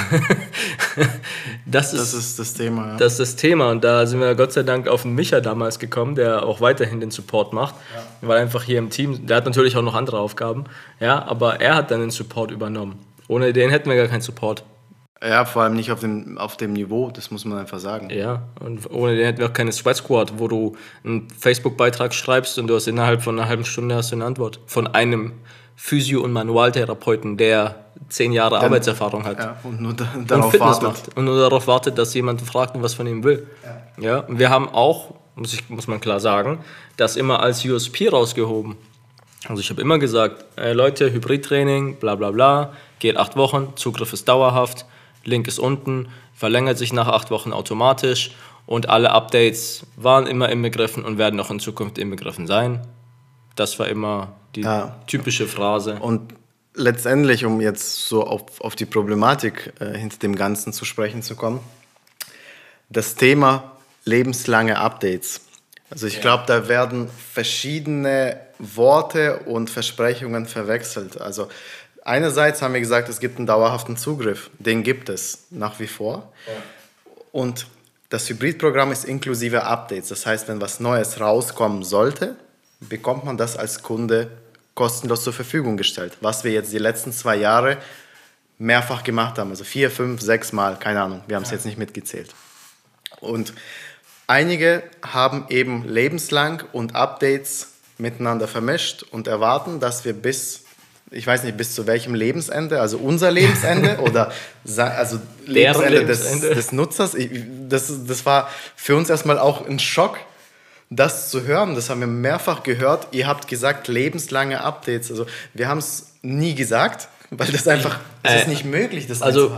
Das ist das Thema. Ja. Das ist das Thema und da sind wir Gott sei Dank auf den Micha damals gekommen, der auch weiterhin den Support macht, weil einfach hier im Team, der hat natürlich auch noch andere Aufgaben, ja, aber er hat dann den Support übernommen. Ohne den hätten wir gar keinen Support. Ja, vor allem nicht auf dem Niveau, das muss man einfach sagen. Ja, und ohne den hätten wir auch keine Sweat Squad, wo du einen Facebook-Beitrag schreibst und du hast innerhalb von einer halben Stunde hast du eine Antwort. Von einem Physio- und Manualtherapeuten, der 10 Jahre Arbeitserfahrung hat. Ja, und nur darauf wartet. Und nur darauf wartet, dass jemand fragt und was von ihm will. Ja. Und wir haben auch, muss man klar sagen, das immer als USP rausgehoben. Also ich habe immer gesagt, Leute, Hybridtraining, bla bla bla, geht 8 Wochen, Zugriff ist dauerhaft, Link ist unten, verlängert sich nach 8 Wochen automatisch und alle Updates waren immer inbegriffen und werden auch in Zukunft inbegriffen sein. Das war immer die typische Phrase. Und letztendlich, um jetzt so auf die Problematik hinter dem Ganzen zu sprechen zu kommen, das Thema lebenslange Updates. Also ich glaube, da werden verschiedene Worte und Versprechungen verwechselt. Also einerseits haben wir gesagt, es gibt einen dauerhaften Zugriff. Den gibt es nach wie vor. Ja. Und das Hybridprogramm ist inklusive Updates. Das heißt, wenn was Neues rauskommen sollte, bekommt man das als Kunde kostenlos zur Verfügung gestellt. Was wir jetzt die letzten 2 Jahre mehrfach gemacht haben. Also 4, 5, 6 Mal, keine Ahnung. Wir haben es jetzt nicht mitgezählt. Und einige haben eben lebenslang und Updates miteinander vermischt und erwarten, dass wir bis zu welchem Lebensende, also unser Lebensende oder also Lebensende des Nutzers. Das war für uns erstmal auch ein Schock, das zu hören. Das haben wir mehrfach gehört. Ihr habt gesagt, lebenslange Updates. Also wir haben es nie gesagt, weil das einfach, es ist nicht möglich, das einzuhalten.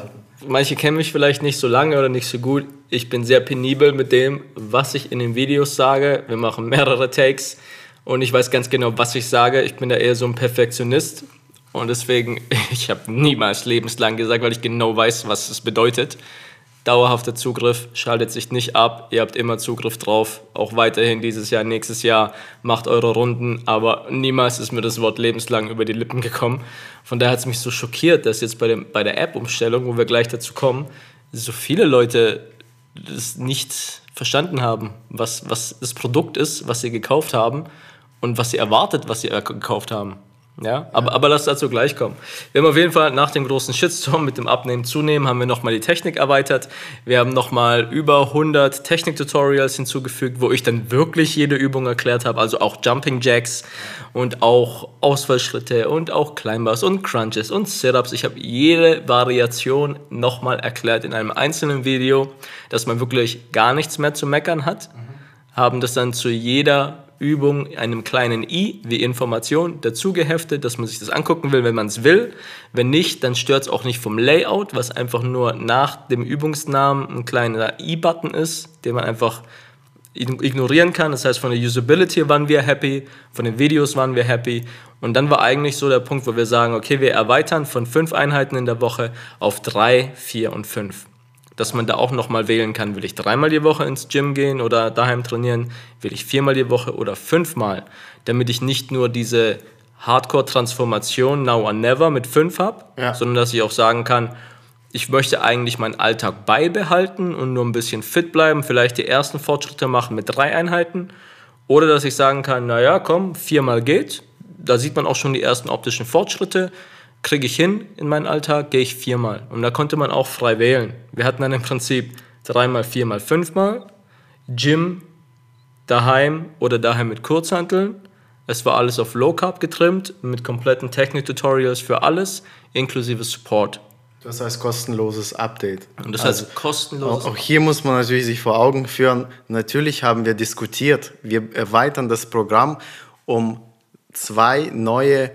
manche kennen mich vielleicht nicht so lange oder nicht so gut. Ich bin sehr penibel mit dem, was ich in den Videos sage. Wir machen mehrere Takes und ich weiß ganz genau, was ich sage. Ich bin da eher so ein Perfektionist und deswegen, ich habe niemals lebenslang gesagt, weil ich genau weiß, was es bedeutet. Dauerhafter Zugriff, schaltet sich nicht ab, ihr habt immer Zugriff drauf, auch weiterhin dieses Jahr, nächstes Jahr, macht eure Runden, aber niemals ist mir das Wort lebenslang über die Lippen gekommen. Von daher hat es mich so schockiert, dass jetzt bei der App-Umstellung, wo wir gleich dazu kommen, so viele Leute das nicht verstanden haben, was das Produkt ist, was sie gekauft haben und was sie erwartet, was sie gekauft haben. Ja, aber lass dazu gleich kommen. Wir haben auf jeden Fall nach dem großen Shitstorm mit dem Abnehmen, Zunehmen, haben wir nochmal die Technik erweitert. Wir haben nochmal über 100 Technik-Tutorials hinzugefügt, wo ich dann wirklich jede Übung erklärt habe, also auch Jumping Jacks und auch Ausfallschritte und auch Climbers und Crunches und Sit-Ups. Ich habe jede Variation nochmal erklärt in einem einzelnen Video, dass man wirklich gar nichts mehr zu meckern hat. Haben das dann zu jeder Übung einem kleinen i wie Information dazu geheftet, dass man sich das angucken will, wenn man es will. Wenn nicht, dann stört es auch nicht vom Layout, was einfach nur nach dem Übungsnamen ein kleiner i-Button ist, den man einfach ignorieren kann. Das heißt, von der Usability waren wir happy, von den Videos waren wir happy. Und dann war eigentlich so der Punkt, wo wir sagen, okay, wir erweitern von 5 Einheiten in der Woche auf 3, 4 und 5. Dass man da auch nochmal wählen kann, will ich 3-mal die Woche ins Gym gehen oder daheim trainieren, will ich 4-mal die Woche oder 5-mal, damit ich nicht nur diese Hardcore-Transformation Now or Never mit 5 habe, sondern dass ich auch sagen kann, ich möchte eigentlich meinen Alltag beibehalten und nur ein bisschen fit bleiben, vielleicht die ersten Fortschritte machen mit 3 Einheiten oder dass ich sagen kann, naja, komm, 4-mal geht, da sieht man auch schon die ersten optischen Fortschritte, kriege ich hin in meinen Alltag, gehe ich 4-mal. Und da konnte man auch frei wählen. Wir hatten dann im Prinzip 3-mal, 4-mal, 5-mal, Gym, daheim oder daheim mit Kurzhanteln. Es war alles auf Low Carb getrimmt, mit kompletten Technik-Tutorials für alles, inklusive Support. Das heißt kostenloses Update. Und das heißt kostenloses. Auch hier muss man natürlich sich vor Augen führen, natürlich haben wir diskutiert, wir erweitern das Programm um 2 neue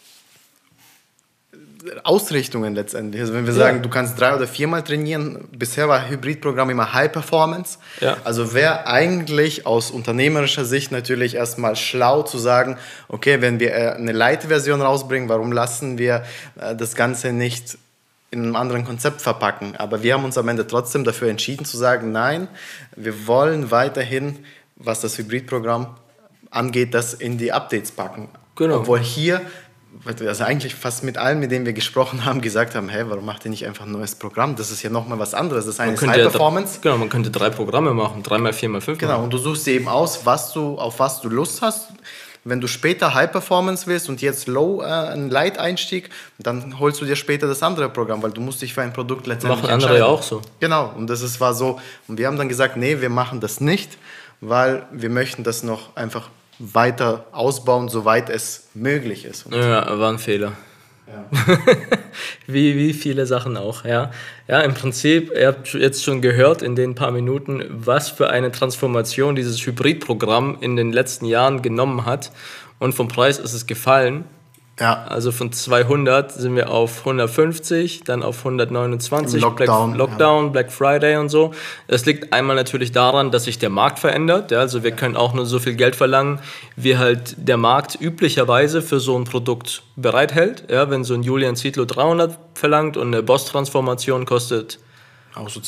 Ausrichtungen letztendlich. Also wenn wir sagen, du kannst 3- oder 4-mal trainieren, bisher war Hybridprogramm immer High Performance. Ja. Also wäre eigentlich aus unternehmerischer Sicht natürlich erstmal schlau zu sagen, okay, wenn wir eine Light-Version rausbringen, warum lassen wir das Ganze nicht in einem anderen Konzept verpacken? Aber wir haben uns am Ende trotzdem dafür entschieden zu sagen, nein, wir wollen weiterhin, was das Hybridprogramm angeht, das in die Updates packen. Genau. Obwohl hier also eigentlich fast mit allen, mit denen wir gesprochen haben, gesagt haben, hey, warum macht ihr nicht einfach ein neues Programm? Das ist ja nochmal was anderes. Das ist eine High-Performance. Genau, man könnte 3 Programme machen, 3-mal, 4-mal, 5-mal. Genau, und du suchst dir eben aus, auf was du Lust hast. Wenn du später High-Performance willst und jetzt einen Light-Einstieg, dann holst du dir später das andere Programm, weil du musst dich für ein Produkt letztendlich entscheiden. Machen andere ja auch so. Genau, und war so. Und wir haben dann gesagt, nee, wir machen das nicht, weil wir möchten das noch einfach weiter ausbauen, soweit es möglich ist. Ja, war ein Fehler. Ja. wie viele Sachen auch, ja. Ja, im Prinzip, ihr habt jetzt schon gehört in den paar Minuten, was für eine Transformation dieses Hybridprogramm in den letzten Jahren genommen hat. Und vom Preis ist es gefallen. Ja. Also von 200 sind wir auf 150, dann auf 129, Lockdown, Black Friday und so. Das liegt einmal natürlich daran, dass sich der Markt verändert. Ja, also wir können auch nur so viel Geld verlangen, wie halt der Markt üblicherweise für so ein Produkt bereithält. Ja, wenn so ein Julian Zietlow 300 verlangt und eine Boss-Transformation kostet auch so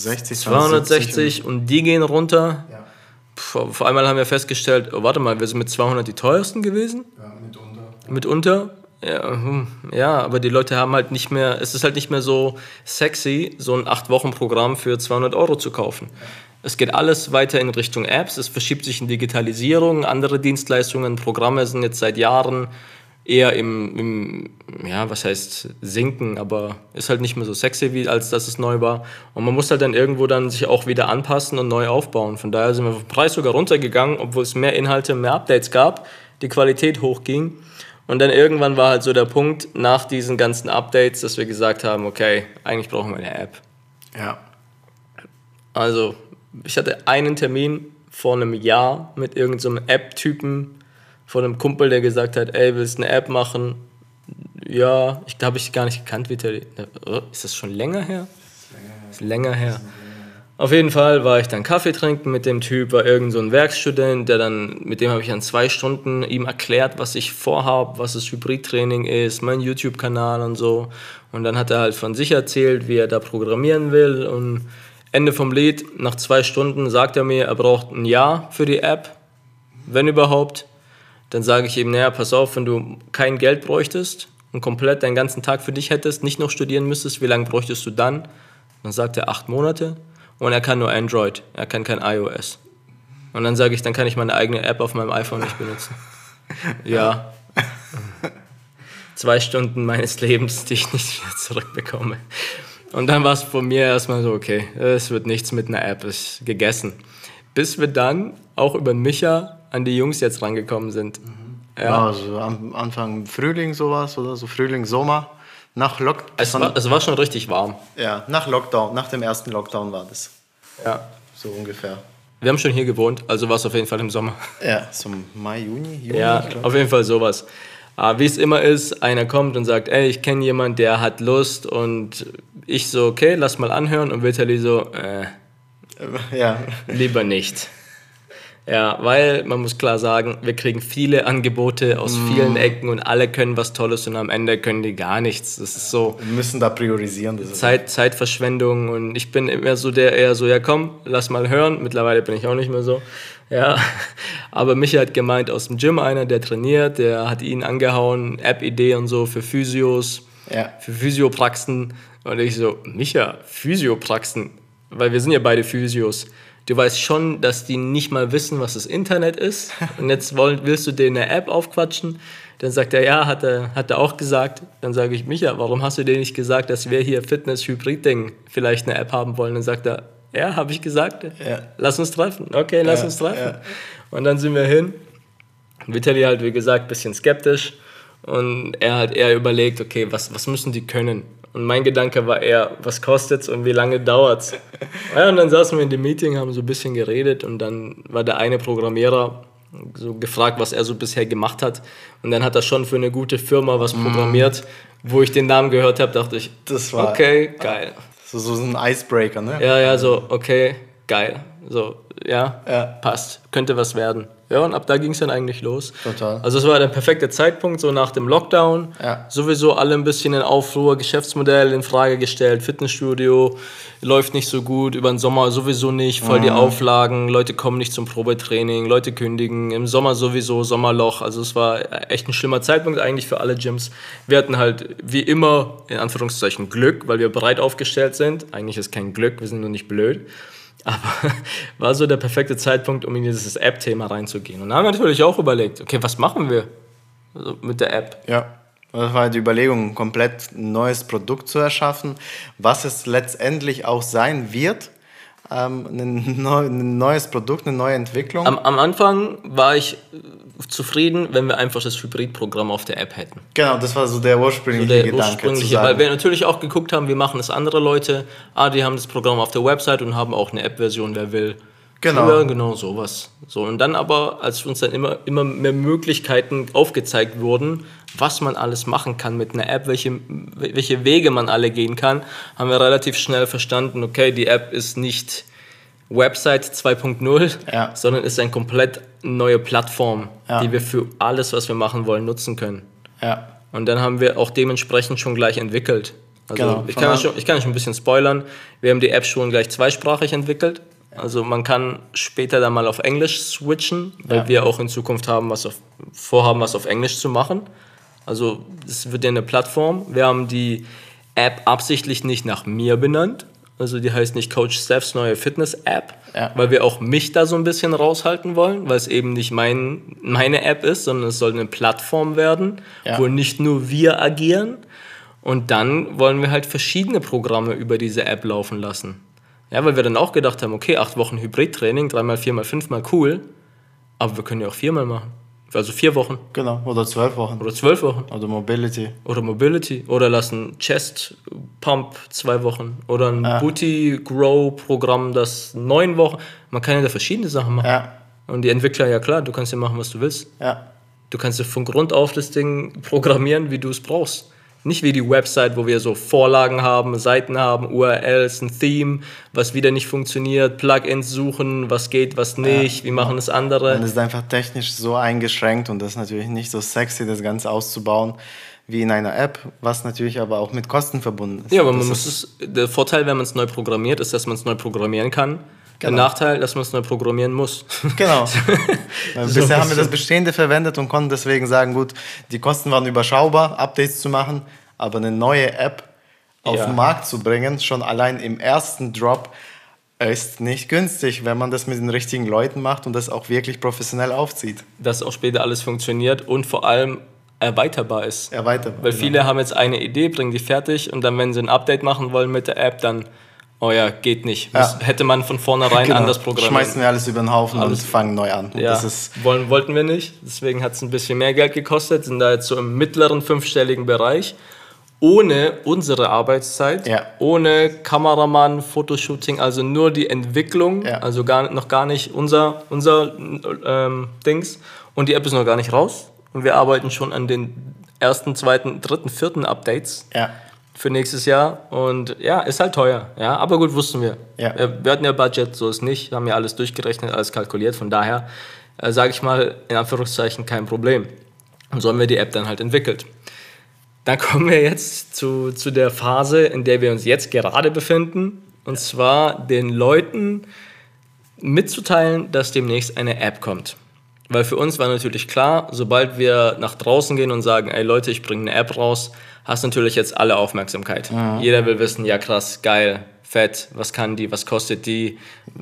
260 und die gehen runter. Ja. Vor einmal haben wir festgestellt, oh, warte mal, wir sind mit 200 die teuersten gewesen. Ja, mitunter. Ja, aber die Leute haben halt nicht mehr, es ist halt nicht mehr so sexy, so ein 8-Wochen-Programm für 200 € zu kaufen. Ja. Es geht alles weiter in Richtung Apps, es verschiebt sich in Digitalisierung, andere Dienstleistungen, Programme sind jetzt seit Jahren eher im was heißt sinken, aber ist halt nicht mehr so sexy, wie als dass es neu war. Und man muss halt dann irgendwo dann sich auch wieder anpassen und neu aufbauen. Von daher sind wir vom Preis sogar runtergegangen, obwohl es mehr Inhalte, mehr Updates gab, die Qualität hochging. Und dann irgendwann war halt so der Punkt nach diesen ganzen Updates, dass wir gesagt haben, okay, eigentlich brauchen wir eine App. Ja. Also, ich hatte einen Termin vor einem Jahr mit irgendeinem App-Typen, von einem Kumpel, der gesagt hat, ey, willst du eine App machen? Ja, habe ich gar nicht gekannt, wie der, ist das schon länger her? ist länger her. Auf jeden Fall war ich dann Kaffee trinken mit dem Typ, war irgend so ein Werkstudent, mit dem habe ich dann 2 Stunden ihm erklärt, was ich vorhabe, was das Hybridtraining ist, mein YouTube-Kanal und so. Und dann hat er halt von sich erzählt, wie er da programmieren will. Und Ende vom Lied, nach 2 Stunden sagt er mir, er braucht ein Jahr für die App, wenn überhaupt. Dann sage ich ihm, naja, pass auf, wenn du kein Geld bräuchtest und komplett deinen ganzen Tag für dich hättest, nicht noch studieren müsstest, wie lange bräuchtest du dann? Dann sagt er 8 Monate. Und er kann nur Android, er kann kein iOS. Und dann sage ich, dann kann ich meine eigene App auf meinem iPhone nicht benutzen. Ja. 2 Stunden meines Lebens, die ich nicht wieder zurückbekomme. Und dann war es von mir erstmal so, okay, es wird nichts mit einer App, ist gegessen. Bis wir dann auch über Micha an die Jungs jetzt rangekommen sind. Ja, also am Anfang Frühling sowas oder so Frühling, Sommer. Nach es war schon richtig warm. Ja, nach Lockdown, nach dem ersten Lockdown war das. Ja. So ungefähr. Wir haben schon hier gewohnt, also war es auf jeden Fall im Sommer. Ja, so Mai, Juni? Ja, auf jeden Fall sowas. Aber wie es immer ist, einer kommt und sagt, ey, ich kenne jemanden, der hat Lust und ich so, okay, lass mal anhören und Vitali so, ja. Lieber nicht. Ja, weil man muss klar sagen, wir kriegen viele Angebote aus vielen Ecken und alle können was Tolles und am Ende können die gar nichts. Das ist so. Wir müssen da priorisieren. Das Zeitverschwendung und ich bin immer so der eher so, ja komm, lass mal hören. Mittlerweile bin ich auch nicht mehr so. Ja, aber Micha hat gemeint, aus dem Gym einer, der trainiert, der hat ihn angehauen, App-Idee und so für Physios, für Physiopraxen. Und ich so, Micha, Physiopraxen? Weil wir sind ja beide Physios. Du weißt schon, dass die nicht mal wissen, was das Internet ist. Und jetzt willst du denen eine App aufquatschen. Dann sagt er, ja, hat er auch gesagt. Dann sage ich, Micha, warum hast du denen nicht gesagt, dass wir hier Fitness-Hybrid-Ding vielleicht eine App haben wollen? Dann sagt er, ja, habe ich gesagt. Ja. Lass uns treffen. Okay, lass uns treffen. Ja. Und dann sind wir hin. Vitali halt, wie gesagt, ein bisschen skeptisch. Und er hat eher überlegt, okay, was müssen die können? Und mein Gedanke war eher, was kostet's und wie lange dauert's? Ja, und dann saßen wir in dem Meeting, haben so ein bisschen geredet und dann war der eine Programmierer so gefragt, was er so bisher gemacht hat. Und dann hat er schon für eine gute Firma was programmiert. Wo ich den Namen gehört habe, dachte ich, okay, geil. So ein Icebreaker, ne? Ja, so, okay, geil. So, ja, passt, könnte was werden. Ja, und ab da ging es dann eigentlich los. Total. Also es war der perfekte Zeitpunkt, so nach dem Lockdown. Ja. Sowieso alle ein bisschen in Aufruhr, Geschäftsmodell in Frage gestellt, Fitnessstudio läuft nicht so gut, über den Sommer sowieso nicht, voll die Auflagen, Leute kommen nicht zum Probetraining, Leute kündigen, im Sommer sowieso, Sommerloch. Also es war echt ein schlimmer Zeitpunkt eigentlich für alle Gyms. Wir hatten halt wie immer, in Anführungszeichen, Glück, weil wir breit aufgestellt sind. Eigentlich ist kein Glück, wir sind nur nicht blöd. Aber war so der perfekte Zeitpunkt, um in dieses App-Thema reinzugehen. Und dann haben wir natürlich auch überlegt, okay, was machen wir mit der App? Ja, das war die Überlegung, ein komplett neues Produkt zu erschaffen, was es letztendlich auch sein wird. Ein neues Produkt, eine neue Entwicklung. Am Anfang war ich zufrieden, wenn wir einfach das Hybrid-Programm auf der App hätten. Genau, das war so der ursprüngliche Gedanke. Weil wir natürlich auch geguckt haben, wie machen es andere Leute. Die haben das Programm auf der Website und haben auch eine App-Version, wer will. Genau. Ja, genau, sowas. So, und dann aber, als uns dann immer mehr Möglichkeiten aufgezeigt wurden, was man alles machen kann mit einer App, welche Wege man alle gehen kann, haben wir relativ schnell verstanden, okay, die App ist nicht Website 2.0, sondern ist eine komplett neue Plattform, die wir für alles, was wir machen wollen, nutzen können. Ja. Und dann haben wir auch dementsprechend schon gleich entwickelt. Also genau, ich kann schon ein bisschen spoilern. Wir haben die App schon gleich zweisprachig entwickelt. Also man kann später dann mal auf Englisch switchen, weil wir auch in Zukunft vorhaben, was auf Englisch zu machen. Also es wird ja eine Plattform. Wir haben die App absichtlich nicht nach mir benannt. Also die heißt nicht Coach Stephs neue Fitness-App, weil wir auch mich da so ein bisschen raushalten wollen, weil es eben nicht meine App ist, sondern es soll eine Plattform werden, wo nicht nur wir agieren. Und dann wollen wir halt verschiedene Programme über diese App laufen lassen. Ja, weil wir dann auch gedacht haben, okay, 8 Wochen Hybrid-Training, 3x, 4x, 5x cool, aber wir können ja auch 4x machen. Also 4 Wochen. Genau, oder 12 Wochen. Oder 12 Wochen. Oder Mobility. Oder lassen Chest Pump 2 Wochen. Oder ein Booty Grow Programm, das 9 Wochen. Man kann ja da verschiedene Sachen machen. Ja. Und die Entwickler, ja klar, du kannst ja machen, was du willst. Ja. Du kannst ja von Grund auf das Ding programmieren, wie du es brauchst. Nicht wie die Website, wo wir so Vorlagen haben, Seiten haben, URLs, ein Theme, was wieder nicht funktioniert, Plugins suchen, was geht, was nicht, wie machen das andere. Man ist einfach technisch so eingeschränkt und das ist natürlich nicht so sexy, das Ganze auszubauen wie in einer App, was natürlich aber auch mit Kosten verbunden ist. Ja, aber der Vorteil, wenn man es neu programmiert, ist, dass man es neu programmieren kann. Der Nachteil, dass man es neu programmieren muss. Genau. Bisher haben wir das Bestehende verwendet und konnten deswegen sagen, gut, die Kosten waren überschaubar, Updates zu machen, aber eine neue App auf den Markt zu bringen, schon allein im ersten Drop, ist nicht günstig, wenn man das mit den richtigen Leuten macht und das auch wirklich professionell aufzieht. Dass auch später alles funktioniert und vor allem erweiterbar ist. Weil viele haben jetzt eine Idee, bringen die fertig und dann, wenn sie ein Update machen wollen mit der App, dann, oh ja, geht nicht. Hätte man von vornherein anders programmiert. Schmeißen wir alles über den Haufen und fangen neu an. Und wollten wir nicht. Deswegen hat es ein bisschen mehr Geld gekostet. Sind da jetzt so im mittleren 5-stelligen Bereich. Ohne unsere Arbeitszeit, ohne Kameramann, Fotoshooting, also nur die Entwicklung, also noch gar nicht unser Dings. Und die App ist noch gar nicht raus. Und wir arbeiten schon an den 1., 2., 3., 4. Updates für nächstes Jahr. Und ja, ist halt teuer. Ja, aber gut, wussten wir. Ja. Wir hatten ja Budget, so ist nicht. Haben ja alles durchgerechnet, alles kalkuliert. Von daher, sage ich mal, in Anführungszeichen kein Problem. Und so haben wir die App dann halt entwickelt. Dann kommen wir jetzt zu der Phase, in der wir uns jetzt gerade befinden. Und zwar den Leuten mitzuteilen, dass demnächst eine App kommt. Weil für uns war natürlich klar, sobald wir nach draußen gehen und sagen, ey Leute, ich bringe eine App raus, hast natürlich jetzt alle Aufmerksamkeit. Jeder will wissen, ja krass, geil, fett, was kann die, was kostet die?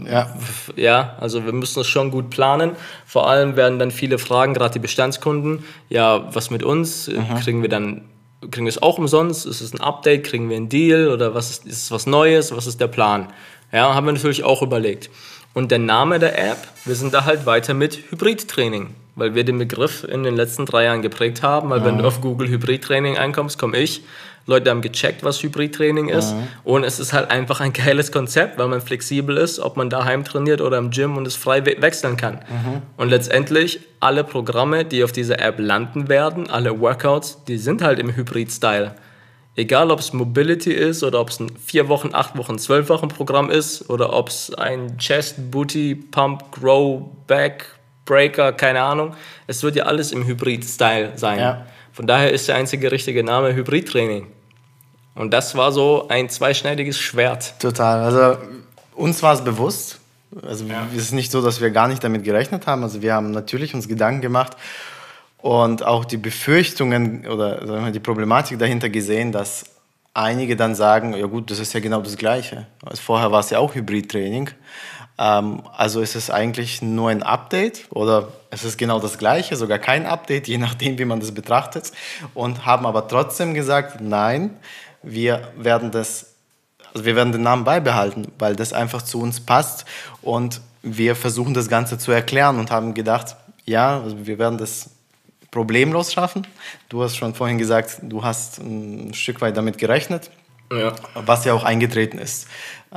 Ja, also wir müssen das schon gut planen. Vor allem werden dann viele fragen, gerade die Bestandskunden, ja, was mit uns? Kriegen wir es auch umsonst? Ist es ein Update? Kriegen wir einen Deal? Oder ist es was Neues? Was ist der Plan? Ja, haben wir natürlich auch überlegt. Und der Name der App, wir sind da halt weiter mit Hybridtraining, weil wir den Begriff in den letzten 3 Jahren geprägt haben, weil wenn du auf Google Hybridtraining einkommst, komme ich. Leute haben gecheckt, was Hybridtraining ist und es ist halt einfach ein geiles Konzept, weil man flexibel ist, ob man daheim trainiert oder im Gym und es frei wechseln kann. Und letztendlich alle Programme, die auf dieser App landen werden, alle Workouts, die sind halt im Hybrid-Style. Egal, ob es Mobility ist oder ob es ein 4 Wochen, 8 Wochen, 12 Wochen Programm ist oder ob es ein Chest, Booty, Pump, Grow, Back, Breaker, keine Ahnung. Es wird ja alles im Hybrid-Style sein. Ja. Von daher ist der einzige richtige Name Hybridtraining. Und das war so ein zweischneidiges Schwert. Total. Also uns war es bewusst. Also es ist nicht so, dass wir gar nicht damit gerechnet haben. Also wir haben natürlich uns Gedanken gemacht und auch die Befürchtungen oder sagen wir mal, die Problematik dahinter gesehen, dass einige dann sagen, ja gut, das ist ja genau das Gleiche. Also vorher war es ja auch Hybridtraining. Also ist es eigentlich nur ein Update oder es ist genau das Gleiche, sogar kein Update, je nachdem, wie man das betrachtet. Und haben aber trotzdem gesagt, nein, wir werden den Namen beibehalten, weil das einfach zu uns passt. Und wir versuchen das Ganze zu erklären und haben gedacht, ja, also wir werden das problemlos schaffen. Du hast schon vorhin gesagt, du hast ein Stück weit damit gerechnet, was ja auch eingetreten ist.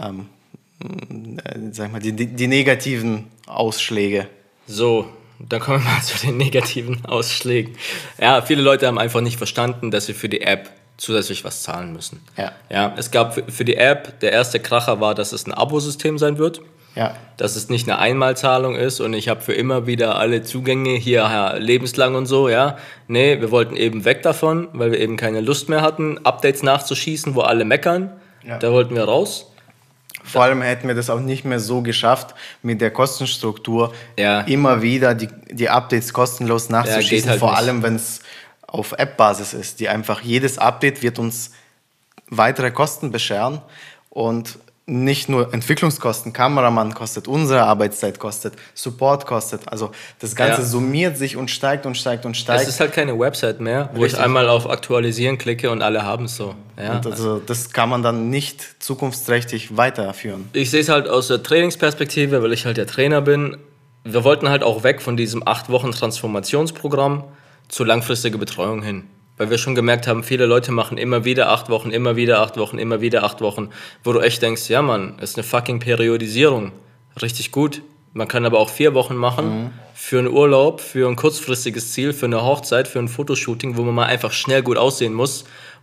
Sag mal, die negativen Ausschläge. So, dann kommen wir mal zu den negativen Ausschlägen. Ja, viele Leute haben einfach nicht verstanden, dass sie für die App zusätzlich was zahlen müssen. Ja, es gab für die App, der erste Kracher war, dass es ein Abosystem sein wird. Ja. Dass es nicht eine Einmalzahlung ist und ich habe für immer wieder alle Zugänge hier lebenslang und so, ja. Nee, wir wollten eben weg davon, weil wir eben keine Lust mehr hatten, Updates nachzuschießen, wo alle meckern. Ja. Da wollten wir raus. Vor allem hätten wir das auch nicht mehr so geschafft, mit der Kostenstruktur immer wieder die Updates kostenlos nachzuschießen, halt vor allem wenn es auf App-Basis ist, die einfach jedes Update wird uns weitere Kosten bescheren und nicht nur Entwicklungskosten, Kameramann kostet, unsere Arbeitszeit kostet, Support kostet. Also das Ganze summiert sich und steigt und steigt und steigt. Es ist halt keine Website mehr, wo ich einmal auf Aktualisieren klicke und alle haben es so. Ja. Und also das kann man dann nicht zukunftsträchtig weiterführen. Ich sehe es halt aus der Trainingsperspektive, weil ich halt der Trainer bin. Wir wollten halt auch weg von diesem 8 Wochen Transformationsprogramm zur langfristigen Betreuung hin. Weil wir schon gemerkt haben, viele Leute machen immer wieder 8 Wochen, immer wieder 8 Wochen, immer wieder 8 Wochen, wo du echt denkst, ja Mann, ist eine fucking Periodisierung. Richtig gut. Man kann aber auch 4 Wochen machen für einen Urlaub, für ein kurzfristiges Ziel, für eine Hochzeit, für ein Fotoshooting, wo man mal einfach schnell gut aussehen muss,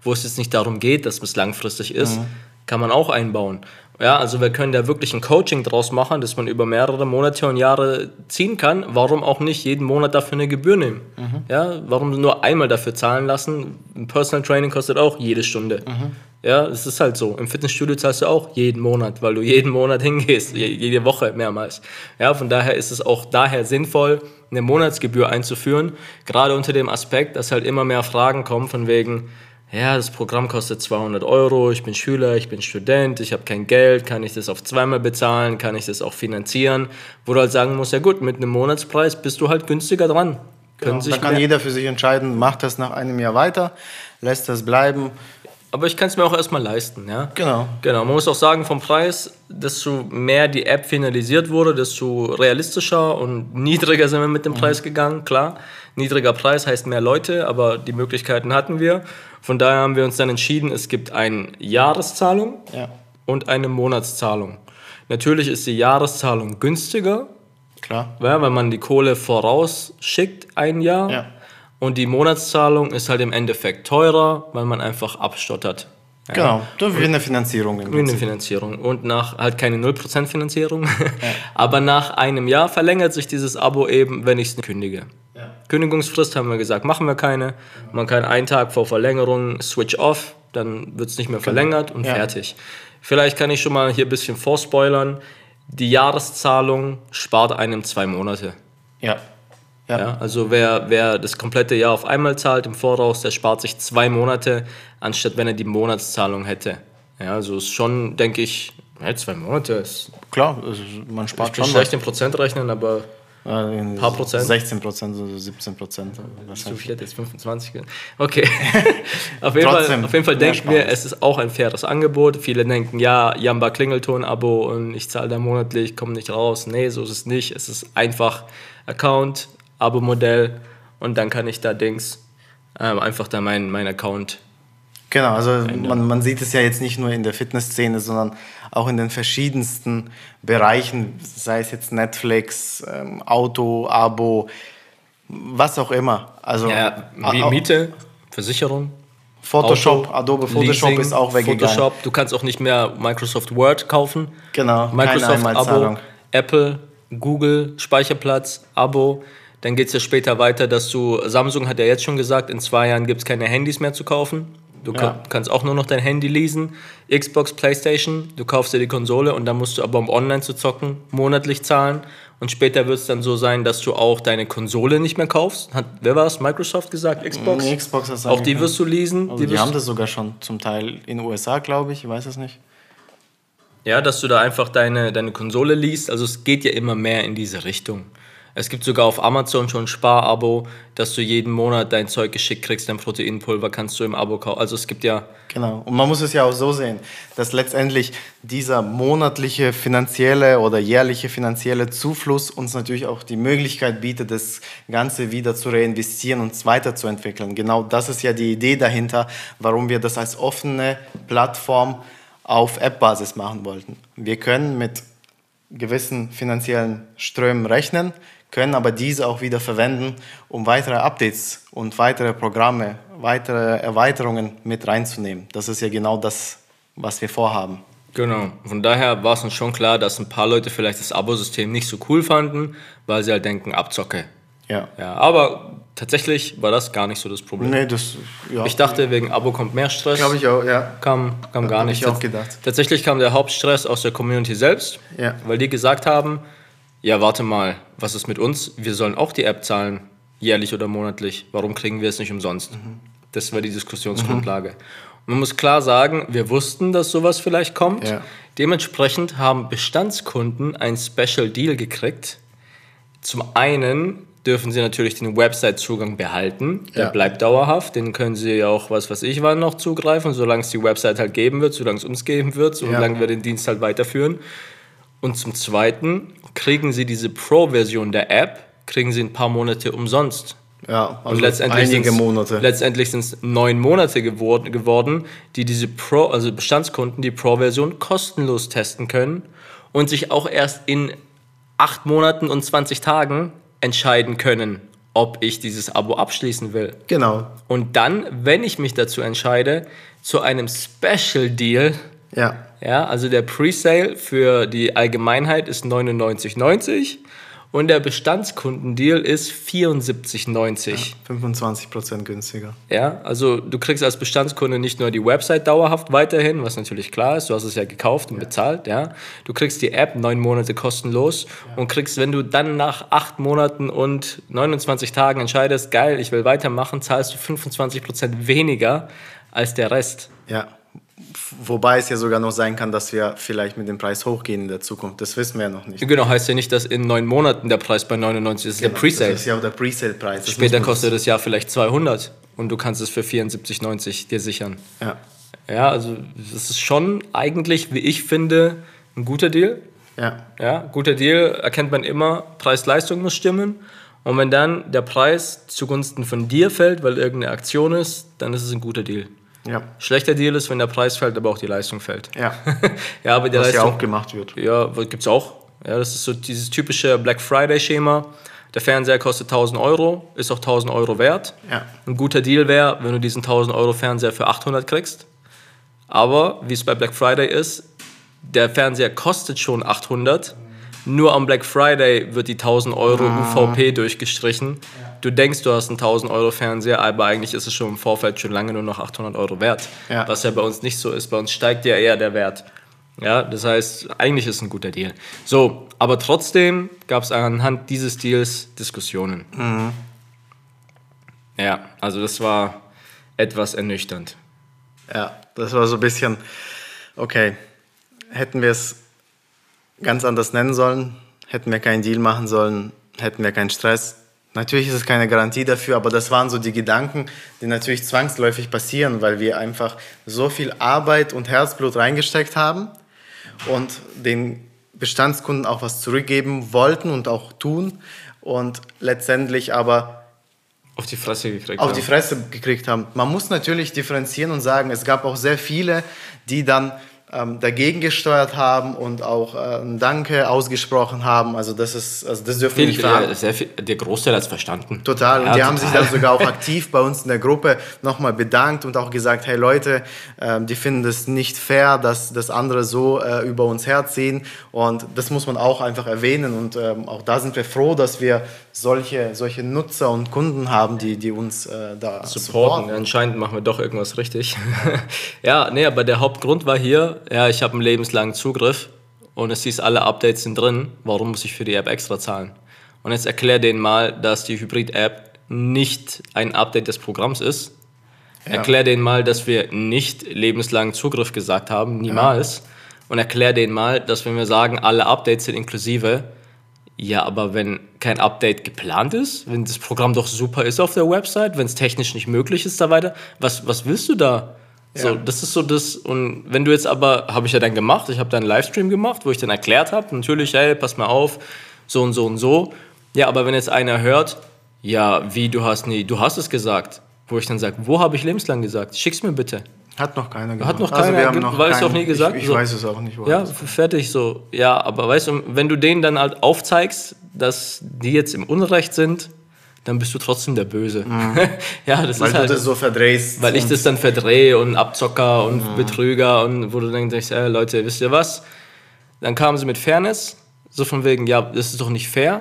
wo es jetzt nicht darum geht, dass es langfristig ist, kann man auch einbauen. Ja, also wir können da wirklich ein Coaching draus machen, das man über mehrere Monate und Jahre ziehen kann. Warum auch nicht jeden Monat dafür eine Gebühr nehmen? Ja, warum nur einmal dafür zahlen lassen? Ein Personal Training kostet auch jede Stunde. Ja, es ist halt so. Im Fitnessstudio zahlst du auch jeden Monat, weil du jeden Monat hingehst, jede Woche mehrmals. Ja, von daher ist es auch daher sinnvoll, eine Monatsgebühr einzuführen, gerade unter dem Aspekt, dass halt immer mehr Fragen kommen von wegen, ja, das Programm kostet 200 Euro, ich bin Schüler, ich bin Student, ich habe kein Geld, kann ich das auf zweimal bezahlen, kann ich das auch finanzieren? Wo du halt sagen musst, ja gut, mit einem Monatspreis bist du halt günstiger dran. Genau, da kann jeder für sich entscheiden, macht das nach einem Jahr weiter, lässt das bleiben. Aber ich kann es mir auch erstmal leisten, ja? Genau. Man muss auch sagen, vom Preis, desto mehr die App finalisiert wurde, desto realistischer und niedriger sind wir mit dem Preis gegangen, klar. Niedriger Preis heißt mehr Leute, aber die Möglichkeiten hatten wir. Von daher haben wir uns dann entschieden, es gibt eine Jahreszahlung und eine Monatszahlung. Natürlich ist die Jahreszahlung günstiger, klar, weil man die Kohle vorausschickt ein Jahr. Ja. Und die Monatszahlung ist halt im Endeffekt teurer, weil man einfach abstottert. Ja. Genau, wie eine Finanzierung. Wie eine Finanzierung. Und nach halt keine 0% Finanzierung. Aber nach einem Jahr verlängert sich dieses Abo eben, wenn ich es kündige. Ja. Kündigungsfrist haben wir gesagt, machen wir keine. Man kann einen Tag vor Verlängerung switch off, dann wird es nicht mehr verlängert und fertig. Vielleicht kann ich schon mal hier ein bisschen vorspoilern. Die Jahreszahlung spart einem 2 Monate. Ja. Ja, also wer das komplette Jahr auf einmal zahlt im Voraus, der spart sich 2 Monate, anstatt wenn er die Monatszahlung hätte. Ja, also ist schon, denke ich, 2 Monate ist... Klar, man spart ich schon. Ich kann schlecht in Prozent rechnen, aber ein paar Prozent. 16%, so 17%. So viel jetzt 25. Okay. Auf jeden Fall denken wir, es ist auch ein faires Angebot. Viele denken, ja, Jamba Klingelton-Abo und ich zahle da monatlich, komme nicht raus. Nee, so ist es nicht. Es ist einfach Account, Abo-Modell und dann kann ich da einfach da mein Account. Genau, also man sieht es ja jetzt nicht nur in der Fitnessszene, sondern auch in den verschiedensten Bereichen, sei es jetzt Netflix, Auto, Abo, was auch immer. Also Miete, Versicherung, Photoshop, Auto, Adobe Photoshop Leasing, ist auch weggegangen. Photoshop, du kannst auch nicht mehr Microsoft Word kaufen. Genau, Microsoft Abo, Apple, Google, Speicherplatz, Abo. Dann geht es ja später weiter, dass Samsung hat ja jetzt schon gesagt, in 2 Jahren gibt es keine Handys mehr zu kaufen. Du kannst auch nur noch dein Handy leasen. Xbox, Playstation, du kaufst dir die Konsole und dann musst du aber, um online zu zocken, monatlich zahlen. Und später wird es dann so sein, dass du auch deine Konsole nicht mehr kaufst. Wer war es? Microsoft gesagt? Xbox? Xbox hat auch die wirst du leasen. Also die haben das sogar schon zum Teil in den USA, glaube ich weiß es nicht. Ja, dass du da einfach deine Konsole liest. Also es geht ja immer mehr in diese Richtung. Es gibt sogar auf Amazon schon ein Spar-Abo, dass du jeden Monat dein Zeug geschickt kriegst, dein Proteinpulver kannst du im Abo kaufen. Also es gibt ja... Genau, und man muss es ja auch so sehen, dass letztendlich dieser monatliche finanzielle oder jährliche finanzielle Zufluss uns natürlich auch die Möglichkeit bietet, das Ganze wieder zu reinvestieren und es weiterzuentwickeln. Genau das ist ja die Idee dahinter, warum wir das als offene Plattform auf App-Basis machen wollten. Wir können mit gewissen finanziellen Strömen rechnen, können aber diese auch wieder verwenden, um weitere Updates und weitere Programme, weitere Erweiterungen mit reinzunehmen. Das ist ja genau das, was wir vorhaben. Genau. Von daher war es uns schon klar, dass ein paar Leute vielleicht das Abo-System nicht so cool fanden, weil sie halt denken, Abzocke. Ja. Aber tatsächlich war das gar nicht so das Problem. Nee, ich dachte, wegen Abo kommt mehr Stress. Glaube ich auch, ja. Kam gar nicht. Habe ich auch gedacht. Tatsächlich kam der Hauptstress aus der Community selbst, weil die gesagt haben, ja, warte mal, was ist mit uns? Wir sollen auch die App zahlen, jährlich oder monatlich. Warum kriegen wir es nicht umsonst? Das war die Diskussionsgrundlage. Und man muss klar sagen, wir wussten, dass sowas vielleicht kommt. Ja. Dementsprechend haben Bestandskunden einen Special Deal gekriegt. Zum einen dürfen sie natürlich den Website-Zugang behalten. Der bleibt dauerhaft. Den können sie auch, was weiß ich, wann noch zugreifen, solange es die Website halt geben wird, solange es uns geben wird, solange wir den Dienst halt weiterführen. Und zum Zweiten kriegen sie diese Pro-Version der App, kriegen sie ein paar Monate umsonst. Ja, also und letztendlich einige Monate. Letztendlich sind es 9 Monate geworden, die diese also Bestandskunden die Pro-Version kostenlos testen können und sich auch erst in 8 Monaten und 20 Tagen entscheiden können, ob ich dieses Abo abschließen will. Genau. Und dann, wenn ich mich dazu entscheide, zu einem Special Deal, ja, also der Presale für die Allgemeinheit ist 99,90 und der Bestandskundendeal ist 74,90. 25% günstiger. Ja, also du kriegst als Bestandskunde nicht nur die Website dauerhaft weiterhin, was natürlich klar ist, du hast es ja gekauft und bezahlt, ja. Du kriegst die App 9 Monate kostenlos und kriegst, wenn du dann nach 8 Monaten und 29 Tagen entscheidest, geil, ich will weitermachen, zahlst du 25% weniger als der Rest. Ja. Wobei es ja sogar noch sein kann, dass wir vielleicht mit dem Preis hochgehen in der Zukunft. Das wissen wir ja noch nicht. Genau, heißt ja nicht, dass in 9 Monaten der Preis bei 99 ist. Das ist der Presale. Das ist ja auch der Presale-Preis. Später kostet das Jahr vielleicht 200 und du kannst es für 74,90 dir sichern. Ja. Ja, also das ist schon eigentlich, wie ich finde, ein guter Deal. Ja. Ja, guter Deal erkennt man immer, Preis-Leistung muss stimmen. Und wenn dann der Preis zugunsten von dir fällt, weil irgendeine Aktion ist, dann ist es ein guter Deal. Ja. Schlechter Deal ist, wenn der Preis fällt, aber auch die Leistung fällt. Ja. Ja, aber die Was Leistung, ja auch gemacht wird. Ja, gibt's auch. Ja, das ist so dieses typische Black Friday-Schema. Der Fernseher kostet 1.000 Euro, ist auch 1.000 Euro wert. Ja. Ein guter Deal wäre, wenn du diesen 1.000 Euro Fernseher für 800 kriegst. Aber, wie es bei Black Friday ist, der Fernseher kostet schon 800. Nur am Black Friday wird die 1.000 Euro UVP durchgestrichen. Du denkst, du hast einen 1.000 Euro Fernseher, aber eigentlich ist es schon im Vorfeld schon lange nur noch 800 Euro wert. Ja. Was ja bei uns nicht so ist. Bei uns steigt ja eher der Wert. Ja, das heißt, eigentlich ist es ein guter Deal. So, aber trotzdem gab es anhand dieses Deals Diskussionen. Ja, also das war etwas ernüchternd. Ja, das war so ein bisschen, okay, hätten wir es ganz anders nennen sollen, hätten wir keinen Deal machen sollen, hätten wir keinen Stress. Natürlich ist es keine Garantie dafür, aber das waren so die Gedanken, die natürlich zwangsläufig passieren, weil wir einfach so viel Arbeit und Herzblut reingesteckt haben und den Bestandskunden auch was zurückgeben wollten und auch tun und letztendlich aber Auf die Fresse gekriegt haben. Man muss natürlich differenzieren und sagen, es gab auch sehr viele, die dann dagegen gesteuert haben und auch ein Danke ausgesprochen haben. Also das dürfen wir nicht verhandeln. Der Großteil hat es verstanden. Total. Und ja, die haben sich dann sogar auch aktiv bei uns in der Gruppe nochmal bedankt und auch gesagt, hey Leute, die finden es nicht fair, dass andere so über uns herziehen. Und das muss man auch einfach erwähnen. Und auch da sind wir froh, dass wir solche Nutzer und Kunden haben, die uns da supporten. Anscheinend machen wir doch irgendwas richtig. Ja, nee, aber der Hauptgrund war hier, ja, ich habe einen lebenslangen Zugriff und es hieß, alle Updates sind drin, warum muss ich für die App extra zahlen? Und jetzt erklär denen mal, dass die Hybrid-App nicht ein Update des Programms ist. Ja. Erklär denen mal, dass wir nicht lebenslangen Zugriff gesagt haben, niemals. Ja. Und erklär denen mal, dass wenn wir sagen, alle Updates sind inklusive, ja, aber wenn kein Update geplant ist, wenn das Programm doch super ist auf der Website, wenn es technisch nicht möglich ist, da weiter, was willst du da? So, ja. Das ist so das, und wenn du jetzt aber, habe ich ja dann gemacht, ich habe dann einen Livestream gemacht, wo ich dann erklärt habe, natürlich, hey, pass mal auf, so und so und so. Ja, aber wenn jetzt einer hört, ja, wie, du hast es gesagt, wo ich dann sage, wo habe ich lebenslang gesagt? Schick's mir bitte. Hat noch keiner gesagt. Hat noch keiner, weil ich es auch nie gesagt habe. Ich weiß es auch nicht. Ja, fertig so. Ja, aber weißt du, wenn du denen dann halt aufzeigst, dass die jetzt im Unrecht sind, dann bist du trotzdem der Böse. Ja, das weil ist halt, du das so verdrehst. Weil ich das dann verdrehe und Abzocker und Betrüger und wo du dann denkst, Leute, wisst ihr was? Dann kamen sie mit Fairness, so von wegen, ja, das ist doch nicht fair.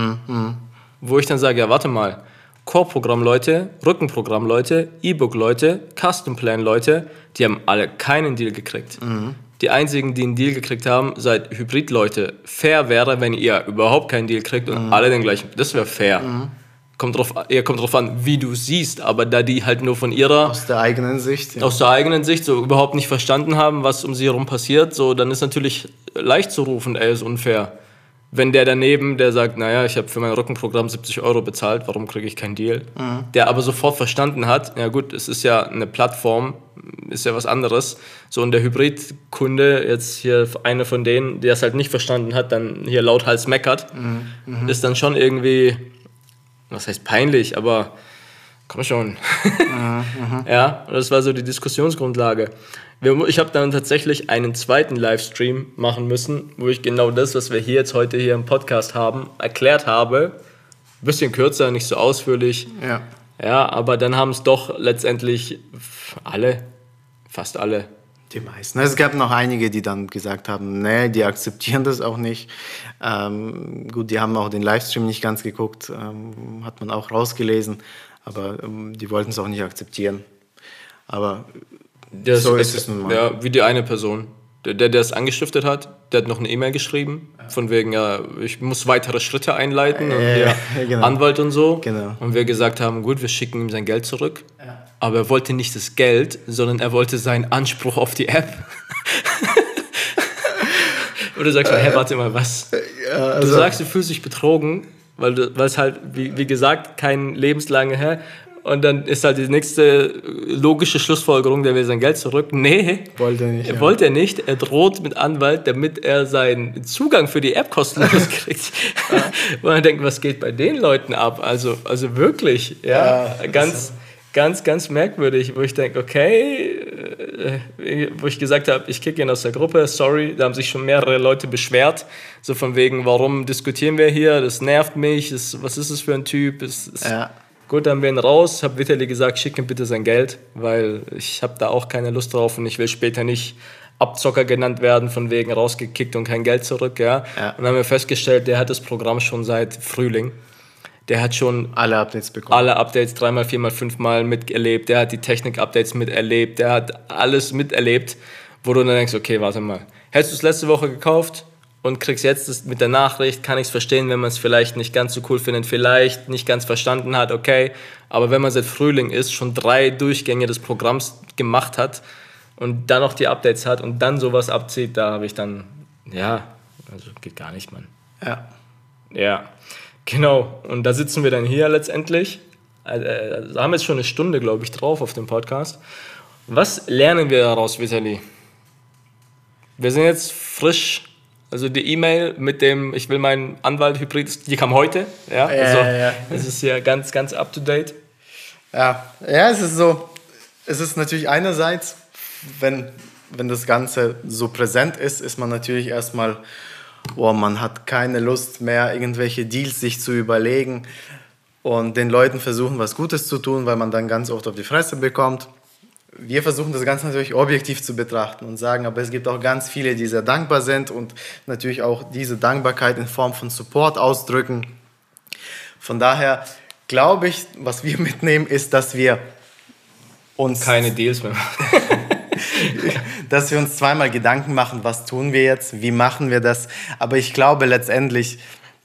Wo ich dann sage, ja, warte mal, Core-Programm-Leute, Rückenprogramm-Leute, E-Book-Leute, Custom-Plan-Leute, die haben alle keinen Deal gekriegt. Die einzigen, die einen Deal gekriegt haben, seid Hybrid-Leute. Fair wäre, wenn ihr überhaupt keinen Deal kriegt und alle den gleichen. Das wäre fair. Kommt drauf an, wie du siehst, aber da die halt nur von ihrer... Aus der eigenen Sicht. Ja. Aus der eigenen Sicht so überhaupt nicht verstanden haben, was um sie herum passiert, so, dann ist natürlich leicht zu rufen, ist unfair. Wenn der daneben, der sagt, naja, ich habe für mein Rückenprogramm 70 Euro bezahlt, warum kriege ich keinen Deal? Der aber sofort verstanden hat, ja gut, es ist ja eine Plattform, ist ja was anderes. So, und der Hybridkunde, jetzt hier eine von denen, der es halt nicht verstanden hat, dann hier lauthals meckert, ist dann schon irgendwie, was heißt peinlich, aber komm schon. Ja, das war so die Diskussionsgrundlage. Ich habe dann tatsächlich einen zweiten Livestream machen müssen, wo ich genau das, was wir hier jetzt heute hier im Podcast haben, erklärt habe, bisschen kürzer, nicht so ausführlich. Ja. Ja, aber dann haben es doch letztendlich fast alle. Die meisten. Es gab noch einige, die dann gesagt haben, nee, die akzeptieren das auch nicht. Gut, die haben auch den Livestream nicht ganz geguckt, hat man auch rausgelesen, aber die wollten es auch nicht akzeptieren. Aber so ist es nun mal. Ja, wie die eine Person. Der es angestiftet hat, der hat noch eine E-Mail geschrieben, von wegen, ja, ich muss weitere Schritte einleiten und genau. Anwalt und so. Genau. Und wir gesagt haben, gut, wir schicken ihm sein Geld zurück. Ja. Aber er wollte nicht das Geld, sondern er wollte seinen Anspruch auf die App. Und du sagst, hey, warte mal, was? Ja, also du sagst, du fühlst dich betrogen, weil es halt, wie gesagt, kein lebenslange, Und dann ist halt die nächste logische Schlussfolgerung, der will sein Geld zurück. Nee, wollte er nicht. Er droht mit Anwalt, damit er seinen Zugang für die App kostenlos kriegt. Wo man denkt, was geht bei den Leuten ab? Also wirklich, ganz merkwürdig, wo ich denke, okay, wo ich gesagt habe, ich kicke ihn aus der Gruppe, sorry, da haben sich schon mehrere Leute beschwert, so von wegen, warum diskutieren wir hier, das nervt mich, was ist das für ein Typ, Gut, dann haben wir ihn raus, habe Vitali gesagt, schick ihm bitte sein Geld, weil ich habe da auch keine Lust drauf und ich will später nicht Abzocker genannt werden, von wegen rausgekickt und kein Geld zurück. Ja. Und dann haben wir festgestellt, der hat das Programm schon seit Frühling. Der hat schon alle Updates bekommen. Alle Updates 3-mal, 4-mal, 5-mal miterlebt. Der hat die Technik-Updates miterlebt. Der hat alles miterlebt, wo du dann denkst, okay, warte mal. Hättest du es letzte Woche gekauft und kriegst jetzt das mit der Nachricht, kann ich es verstehen, wenn man es vielleicht nicht ganz so cool findet, vielleicht nicht ganz verstanden hat, okay. Aber wenn man seit Frühling ist, schon 3 Durchgänge des Programms gemacht hat und dann noch die Updates hat und dann sowas abzieht, da habe ich dann, also geht gar nicht, Mann. Ja, genau. Und da sitzen wir dann hier letztendlich. Also haben jetzt schon eine Stunde, glaube ich, drauf auf dem Podcast. Was lernen wir daraus, Vitali? Wir sind jetzt frisch. Also die E-Mail mit dem, ich will meinen Anwalt Hybrid, die kam heute. Das ist ja ganz up to date. Ja, es ist so. Es ist natürlich einerseits, wenn das Ganze so präsent ist, ist man natürlich erstmal, man hat keine Lust mehr, irgendwelche Deals sich zu überlegen und den Leuten versuchen, was Gutes zu tun, weil man dann ganz oft auf die Fresse bekommt. Wir versuchen das Ganze natürlich objektiv zu betrachten und sagen, aber es gibt auch ganz viele, die sehr dankbar sind und natürlich auch diese Dankbarkeit in Form von Support ausdrücken. Von daher glaube ich, was wir mitnehmen, ist, dass wir uns keine Deals mehr machen. Dass wir uns zweimal Gedanken machen, was tun wir jetzt, wie machen wir das. Aber ich glaube letztendlich,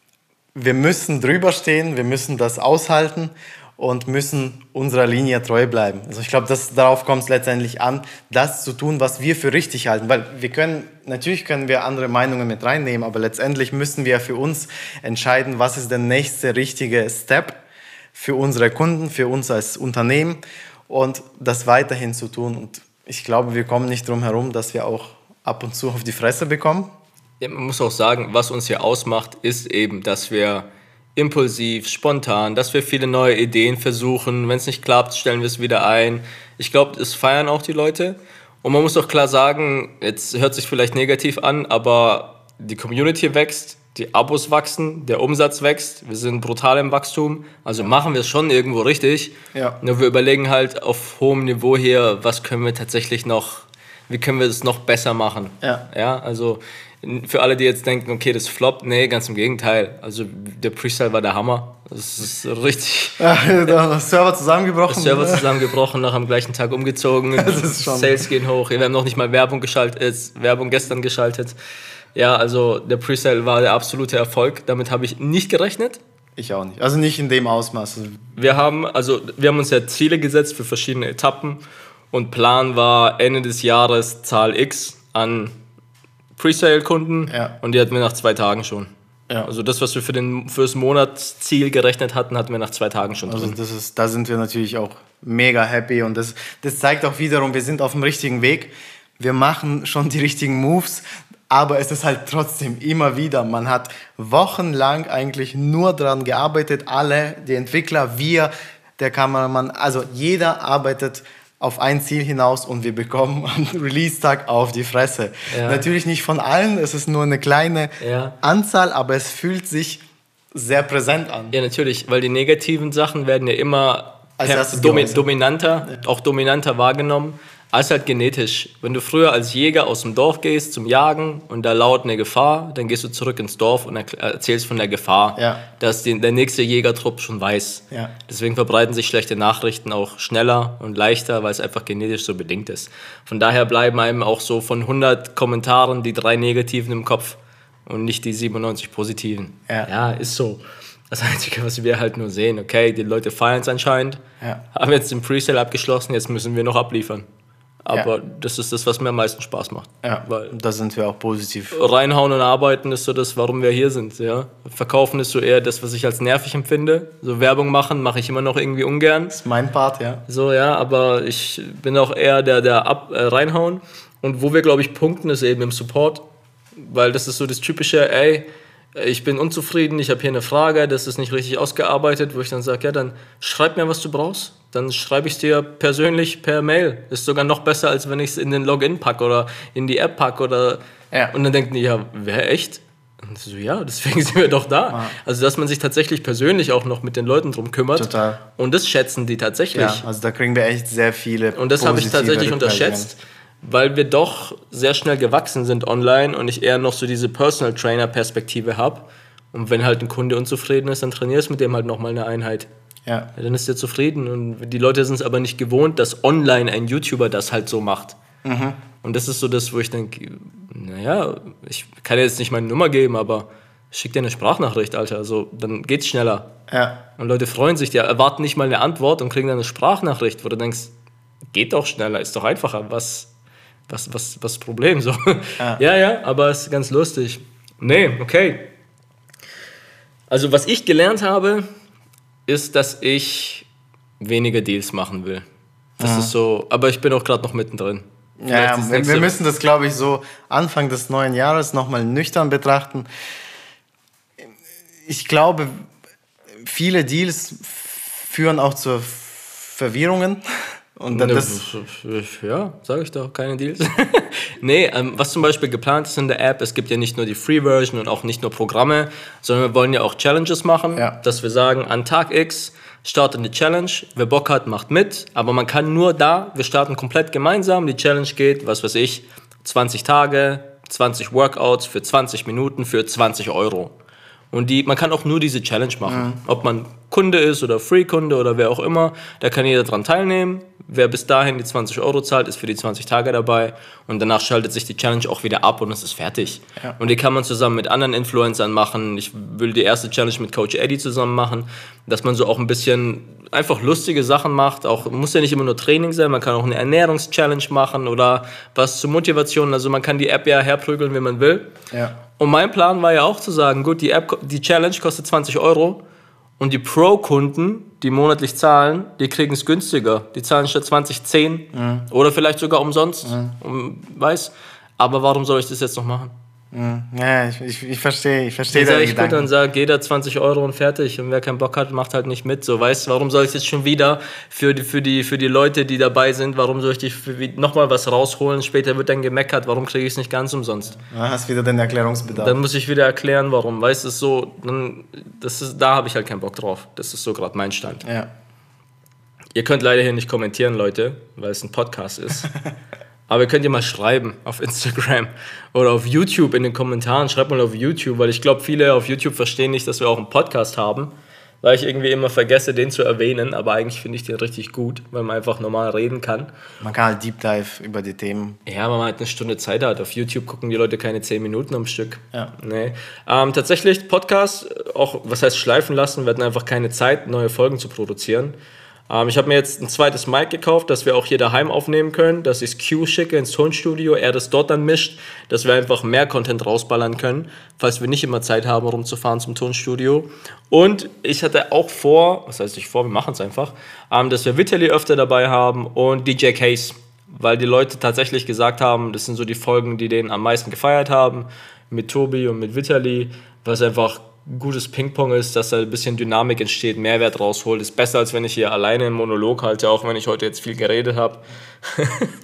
wir müssen drüber stehen, wir müssen das aushalten und müssen unserer Linie treu bleiben. Also ich glaube, darauf kommt es letztendlich an, das zu tun, was wir für richtig halten. Weil natürlich können wir andere Meinungen mit reinnehmen, aber letztendlich müssen wir für uns entscheiden, was ist der nächste richtige Step für unsere Kunden, für uns als Unternehmen und das weiterhin zu tun. Und ich glaube, wir kommen nicht drum herum, dass wir auch ab und zu auf die Fresse bekommen. Ja, man muss auch sagen, was uns hier ausmacht, ist eben, dass wir impulsiv, spontan, dass wir viele neue Ideen versuchen. Wenn es nicht klappt, stellen wir es wieder ein. Ich glaube, das feiern auch die Leute. Und man muss auch klar sagen, jetzt hört sich vielleicht negativ an, aber die Community wächst, die Abos wachsen, der Umsatz wächst. Wir sind brutal im Wachstum. Also machen wir es schon irgendwo richtig. Ja. Nur wir überlegen halt auf hohem Niveau hier, was können wir tatsächlich noch, wie können wir es noch besser machen. Ja, also für alle, die jetzt denken, okay, das floppt, nee, ganz im Gegenteil. Also der Presale war der Hammer. Das ist richtig. Ja, das Server zusammengebrochen. Noch am gleichen Tag umgezogen. Sales gehen hoch. Wir haben noch nicht mal Werbung gestern geschaltet. Ja, also der Presale war der absolute Erfolg. Damit habe ich nicht gerechnet. Ich auch nicht. Also nicht in dem Ausmaß. Wir haben uns ja Ziele gesetzt für verschiedene Etappen. Und Plan war Ende des Jahres Zahl X an Presale-Kunden und die hatten wir nach 2 Tagen schon. Ja. Also das, was wir fürs Monatsziel gerechnet hatten, hatten wir nach 2 Tagen schon drin. Also da sind wir natürlich auch mega happy und das zeigt auch wiederum, wir sind auf dem richtigen Weg. Wir machen schon die richtigen Moves, aber es ist halt trotzdem immer wieder, man hat wochenlang eigentlich nur daran gearbeitet, alle, die Entwickler, wir, der Kameramann, also jeder arbeitet auf ein Ziel hinaus und wir bekommen am Release-Tag auf die Fresse. Ja. Natürlich nicht von allen, es ist nur eine kleine Anzahl, aber es fühlt sich sehr präsent an. Ja, natürlich, weil die negativen Sachen werden ja immer Als erstes dominanter wahrgenommen, als halt genetisch. Wenn du früher als Jäger aus dem Dorf gehst zum Jagen und da laut eine Gefahr, dann gehst du zurück ins Dorf und erzählst von der Gefahr, dass der nächste Jägertrupp schon weiß. Ja. Deswegen verbreiten sich schlechte Nachrichten auch schneller und leichter, weil es einfach genetisch so bedingt ist. Von daher bleiben einem auch so von 100 Kommentaren die 3 negativen im Kopf und nicht die 97 positiven. Ja, ist so. Das Einzige, was wir halt nur sehen, okay, die Leute feiern es anscheinend, haben jetzt den Presale abgeschlossen, jetzt müssen wir noch abliefern. Aber das ist das, was mir am meisten Spaß macht. Ja, weil da sind wir auch positiv. Reinhauen und arbeiten ist so das, warum wir hier sind. Ja? Verkaufen ist so eher das, was ich als nervig empfinde. So Werbung machen mache ich immer noch irgendwie ungern. Das ist mein Part, ja. So, ja, aber ich bin auch eher der reinhauen. Und wo wir, glaube ich, punkten, ist eben im Support. Weil das ist so das typische, ey, ich bin unzufrieden, ich habe hier eine Frage, das ist nicht richtig ausgearbeitet, wo ich dann sage, ja, dann schreib mir, was du brauchst. Dann schreibe ich es dir persönlich per Mail. Ist sogar noch besser, als wenn ich es in den Login packe oder in die App packe. Und dann denken die, ja, wer echt? Und so, ja, deswegen sind wir doch da. Ah. Also, dass man sich tatsächlich persönlich auch noch mit den Leuten drum kümmert. Total. Und das schätzen die tatsächlich. Ja, also da kriegen wir echt sehr viele. Und das habe ich tatsächlich unterschätzt, weil wir doch sehr schnell gewachsen sind online und ich eher noch so diese Personal Trainer Perspektive habe. Und wenn halt ein Kunde unzufrieden ist, dann trainierst du mit dem halt nochmal eine Einheit. Ja, dann ist er zufrieden. Und die Leute sind es aber nicht gewohnt, dass online ein YouTuber das halt so macht. Mhm. Und das ist so das, wo ich denke, naja, ich kann dir jetzt nicht meine Nummer geben, aber schick dir eine Sprachnachricht, Alter. Also, dann geht's schneller. Ja. Und Leute freuen sich, die erwarten nicht mal eine Antwort und kriegen dann eine Sprachnachricht, wo du denkst, geht doch schneller, ist doch einfacher. Was das Problem? So. Ja, aber es ist ganz lustig. Nee, okay. Also, was ich gelernt habe, ist, dass ich weniger Deals machen will. Das ist so, aber ich bin auch gerade noch mittendrin. Ja, wir müssen das, glaube ich, so Anfang des neuen Jahres nochmal nüchtern betrachten. Ich glaube, viele Deals führen auch zu Verwirrungen. Und dann ja, sage ich doch, keine Deals. Nee, was zum Beispiel geplant ist in der App, es gibt ja nicht nur die Free-Version und auch nicht nur Programme, sondern wir wollen ja auch Challenges machen, dass wir sagen, an Tag X startet eine Challenge, wer Bock hat, macht mit, aber man kann nur wir starten komplett gemeinsam, die Challenge geht, 20 Tage, 20 Workouts für 20 Minuten für 20 Euro. Und man kann auch nur diese Challenge machen. Ob man Kunde ist oder Free-Kunde oder wer auch immer, da kann jeder dran teilnehmen. Wer bis dahin die 20 Euro zahlt, ist für die 20 Tage dabei. Und danach schaltet sich die Challenge auch wieder ab und es ist fertig. Ja. Und die kann man zusammen mit anderen Influencern machen. Ich will die erste Challenge mit Coach Eddie zusammen machen, dass man so auch ein bisschen einfach lustige Sachen macht. Auch muss ja nicht immer nur Training sein, man kann auch eine Ernährungs-Challenge machen oder was zur Motivation. Also man kann die App ja herprügeln, wie man will. Ja. Und mein Plan war ja auch zu sagen, gut, die Challenge kostet 20 Euro und die Pro-Kunden, die monatlich zahlen, die kriegen es günstiger. Die zahlen statt 20, 10 oder vielleicht sogar umsonst. Weiß. Aber warum soll ich das jetzt noch machen? Ja, ich verstehe deine Gedanken. Dann sagt jeder 20 Euro und fertig. Und wer keinen Bock hat, macht halt nicht mit. So, weißt du, warum soll ich jetzt schon wieder für die Leute, die dabei sind, warum soll ich nochmal was rausholen? Später wird dann gemeckert, warum kriege ich es nicht ganz umsonst? Du hast wieder den Erklärungsbedarf. Dann muss ich wieder erklären, warum. Weißt du, so, da habe ich halt keinen Bock drauf. Das ist so gerade mein Stand. Ja. Ihr könnt leider hier nicht kommentieren, Leute, weil es ein Podcast ist. Aber ihr könnt ja mal schreiben auf Instagram oder auf YouTube in den Kommentaren. Schreibt mal auf YouTube, weil ich glaube, viele auf YouTube verstehen nicht, dass wir auch einen Podcast haben. Weil ich irgendwie immer vergesse, den zu erwähnen. Aber eigentlich finde ich den richtig gut, weil man einfach normal reden kann. Man kann halt Deep Dive über die Themen. Ja, weil man halt eine Stunde Zeit hat. Auf YouTube gucken die Leute keine 10 Minuten am Stück. Ja. Nee. Tatsächlich, Podcast, auch was heißt schleifen lassen, wir hatten einfach keine Zeit, neue Folgen zu produzieren. Ich habe mir jetzt ein zweites Mic gekauft, dass wir auch hier daheim aufnehmen können, dass ich es Q schicke ins Tonstudio, er das dort dann mischt, dass wir einfach mehr Content rausballern können, falls wir nicht immer Zeit haben, rumzufahren zum Tonstudio. Und ich hatte auch wir machen es einfach, dass wir Vitali öfter dabei haben und DJ Case, weil die Leute tatsächlich gesagt haben, das sind so die Folgen, die denen am meisten gefeiert haben, mit Tobi und mit Vitali, was einfach gutes Ping-Pong ist, dass da ein bisschen Dynamik entsteht, Mehrwert rausholt. Ist besser, als wenn ich hier alleine einen Monolog halte, auch wenn ich heute jetzt viel geredet habe.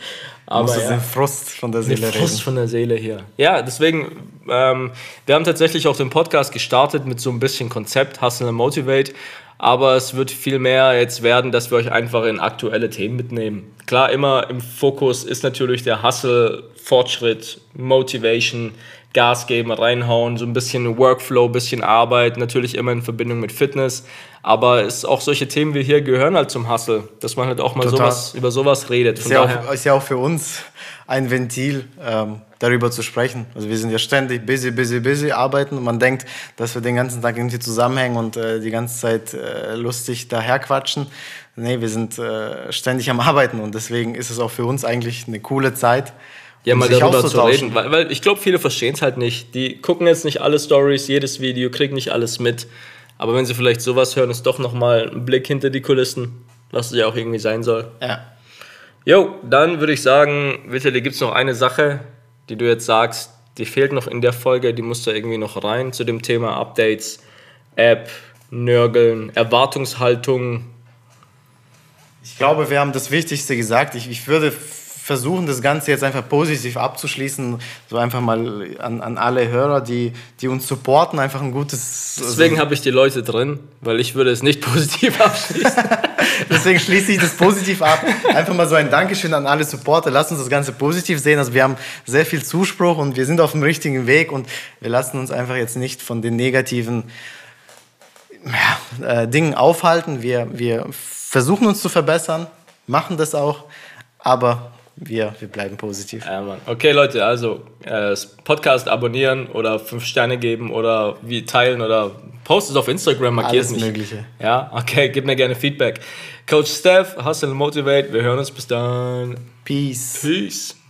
Aber musst du den Frust von der Seele reden. Frust von der Seele hier. Ja, deswegen, wir haben tatsächlich auch den Podcast gestartet mit so ein bisschen Konzept, Hustle and Motivate. Aber es wird viel mehr jetzt werden, dass wir euch einfach in aktuelle Themen mitnehmen. Klar, immer im Fokus ist natürlich der Hustle, Fortschritt, Motivation, Gas geben, reinhauen, so ein bisschen Workflow, ein bisschen Arbeit, natürlich immer in Verbindung mit Fitness. Aber es auch solche Themen wie hier gehören halt zum Hustle, dass man halt auch mal über sowas redet. Ist ja auch für uns ein Ventil, darüber zu sprechen. Also wir sind ja ständig busy arbeiten und man denkt, dass wir den ganzen Tag irgendwie zusammenhängen und die ganze Zeit lustig daherquatschen. Nee, wir sind ständig am Arbeiten und deswegen ist es auch für uns eigentlich eine coole Zeit, ja, mal darüber zu reden, weil ich glaube, viele verstehen es halt nicht. Die gucken jetzt nicht alle Stories, jedes Video, kriegen nicht alles mit. Aber wenn sie vielleicht sowas hören, ist doch nochmal ein Blick hinter die Kulissen, was es ja auch irgendwie sein soll. Ja. Jo, dann würde ich sagen, Vitali, gibt es noch eine Sache, die du jetzt sagst, die fehlt noch in der Folge, die muss da irgendwie noch rein zu dem Thema Updates, App, Nörgeln, Erwartungshaltung. Ich glaube, wir haben das Wichtigste gesagt. Ich würde versuchen, das Ganze jetzt einfach positiv abzuschließen, so einfach mal an alle Hörer, die uns supporten, einfach ein gutes... Deswegen habe ich die Leute drin, weil ich würde es nicht positiv abschließen. Deswegen schließe ich das positiv ab. Einfach mal so ein Dankeschön an alle Supporter. Lasst uns das Ganze positiv sehen. Also wir haben sehr viel Zuspruch und wir sind auf dem richtigen Weg und wir lassen uns einfach jetzt nicht von den negativen Dingen aufhalten. Wir versuchen uns zu verbessern, machen das auch, aber wir bleiben positiv. Ja, Mann. Okay, Leute, also Podcast abonnieren oder 5 Sterne geben oder wie teilen oder post es auf Instagram, markiert es nicht. Alles Mögliche. Ja, okay, gib mir gerne Feedback. Coach Steph, Hustle and Motivate, wir hören uns bis dann. Peace. Peace.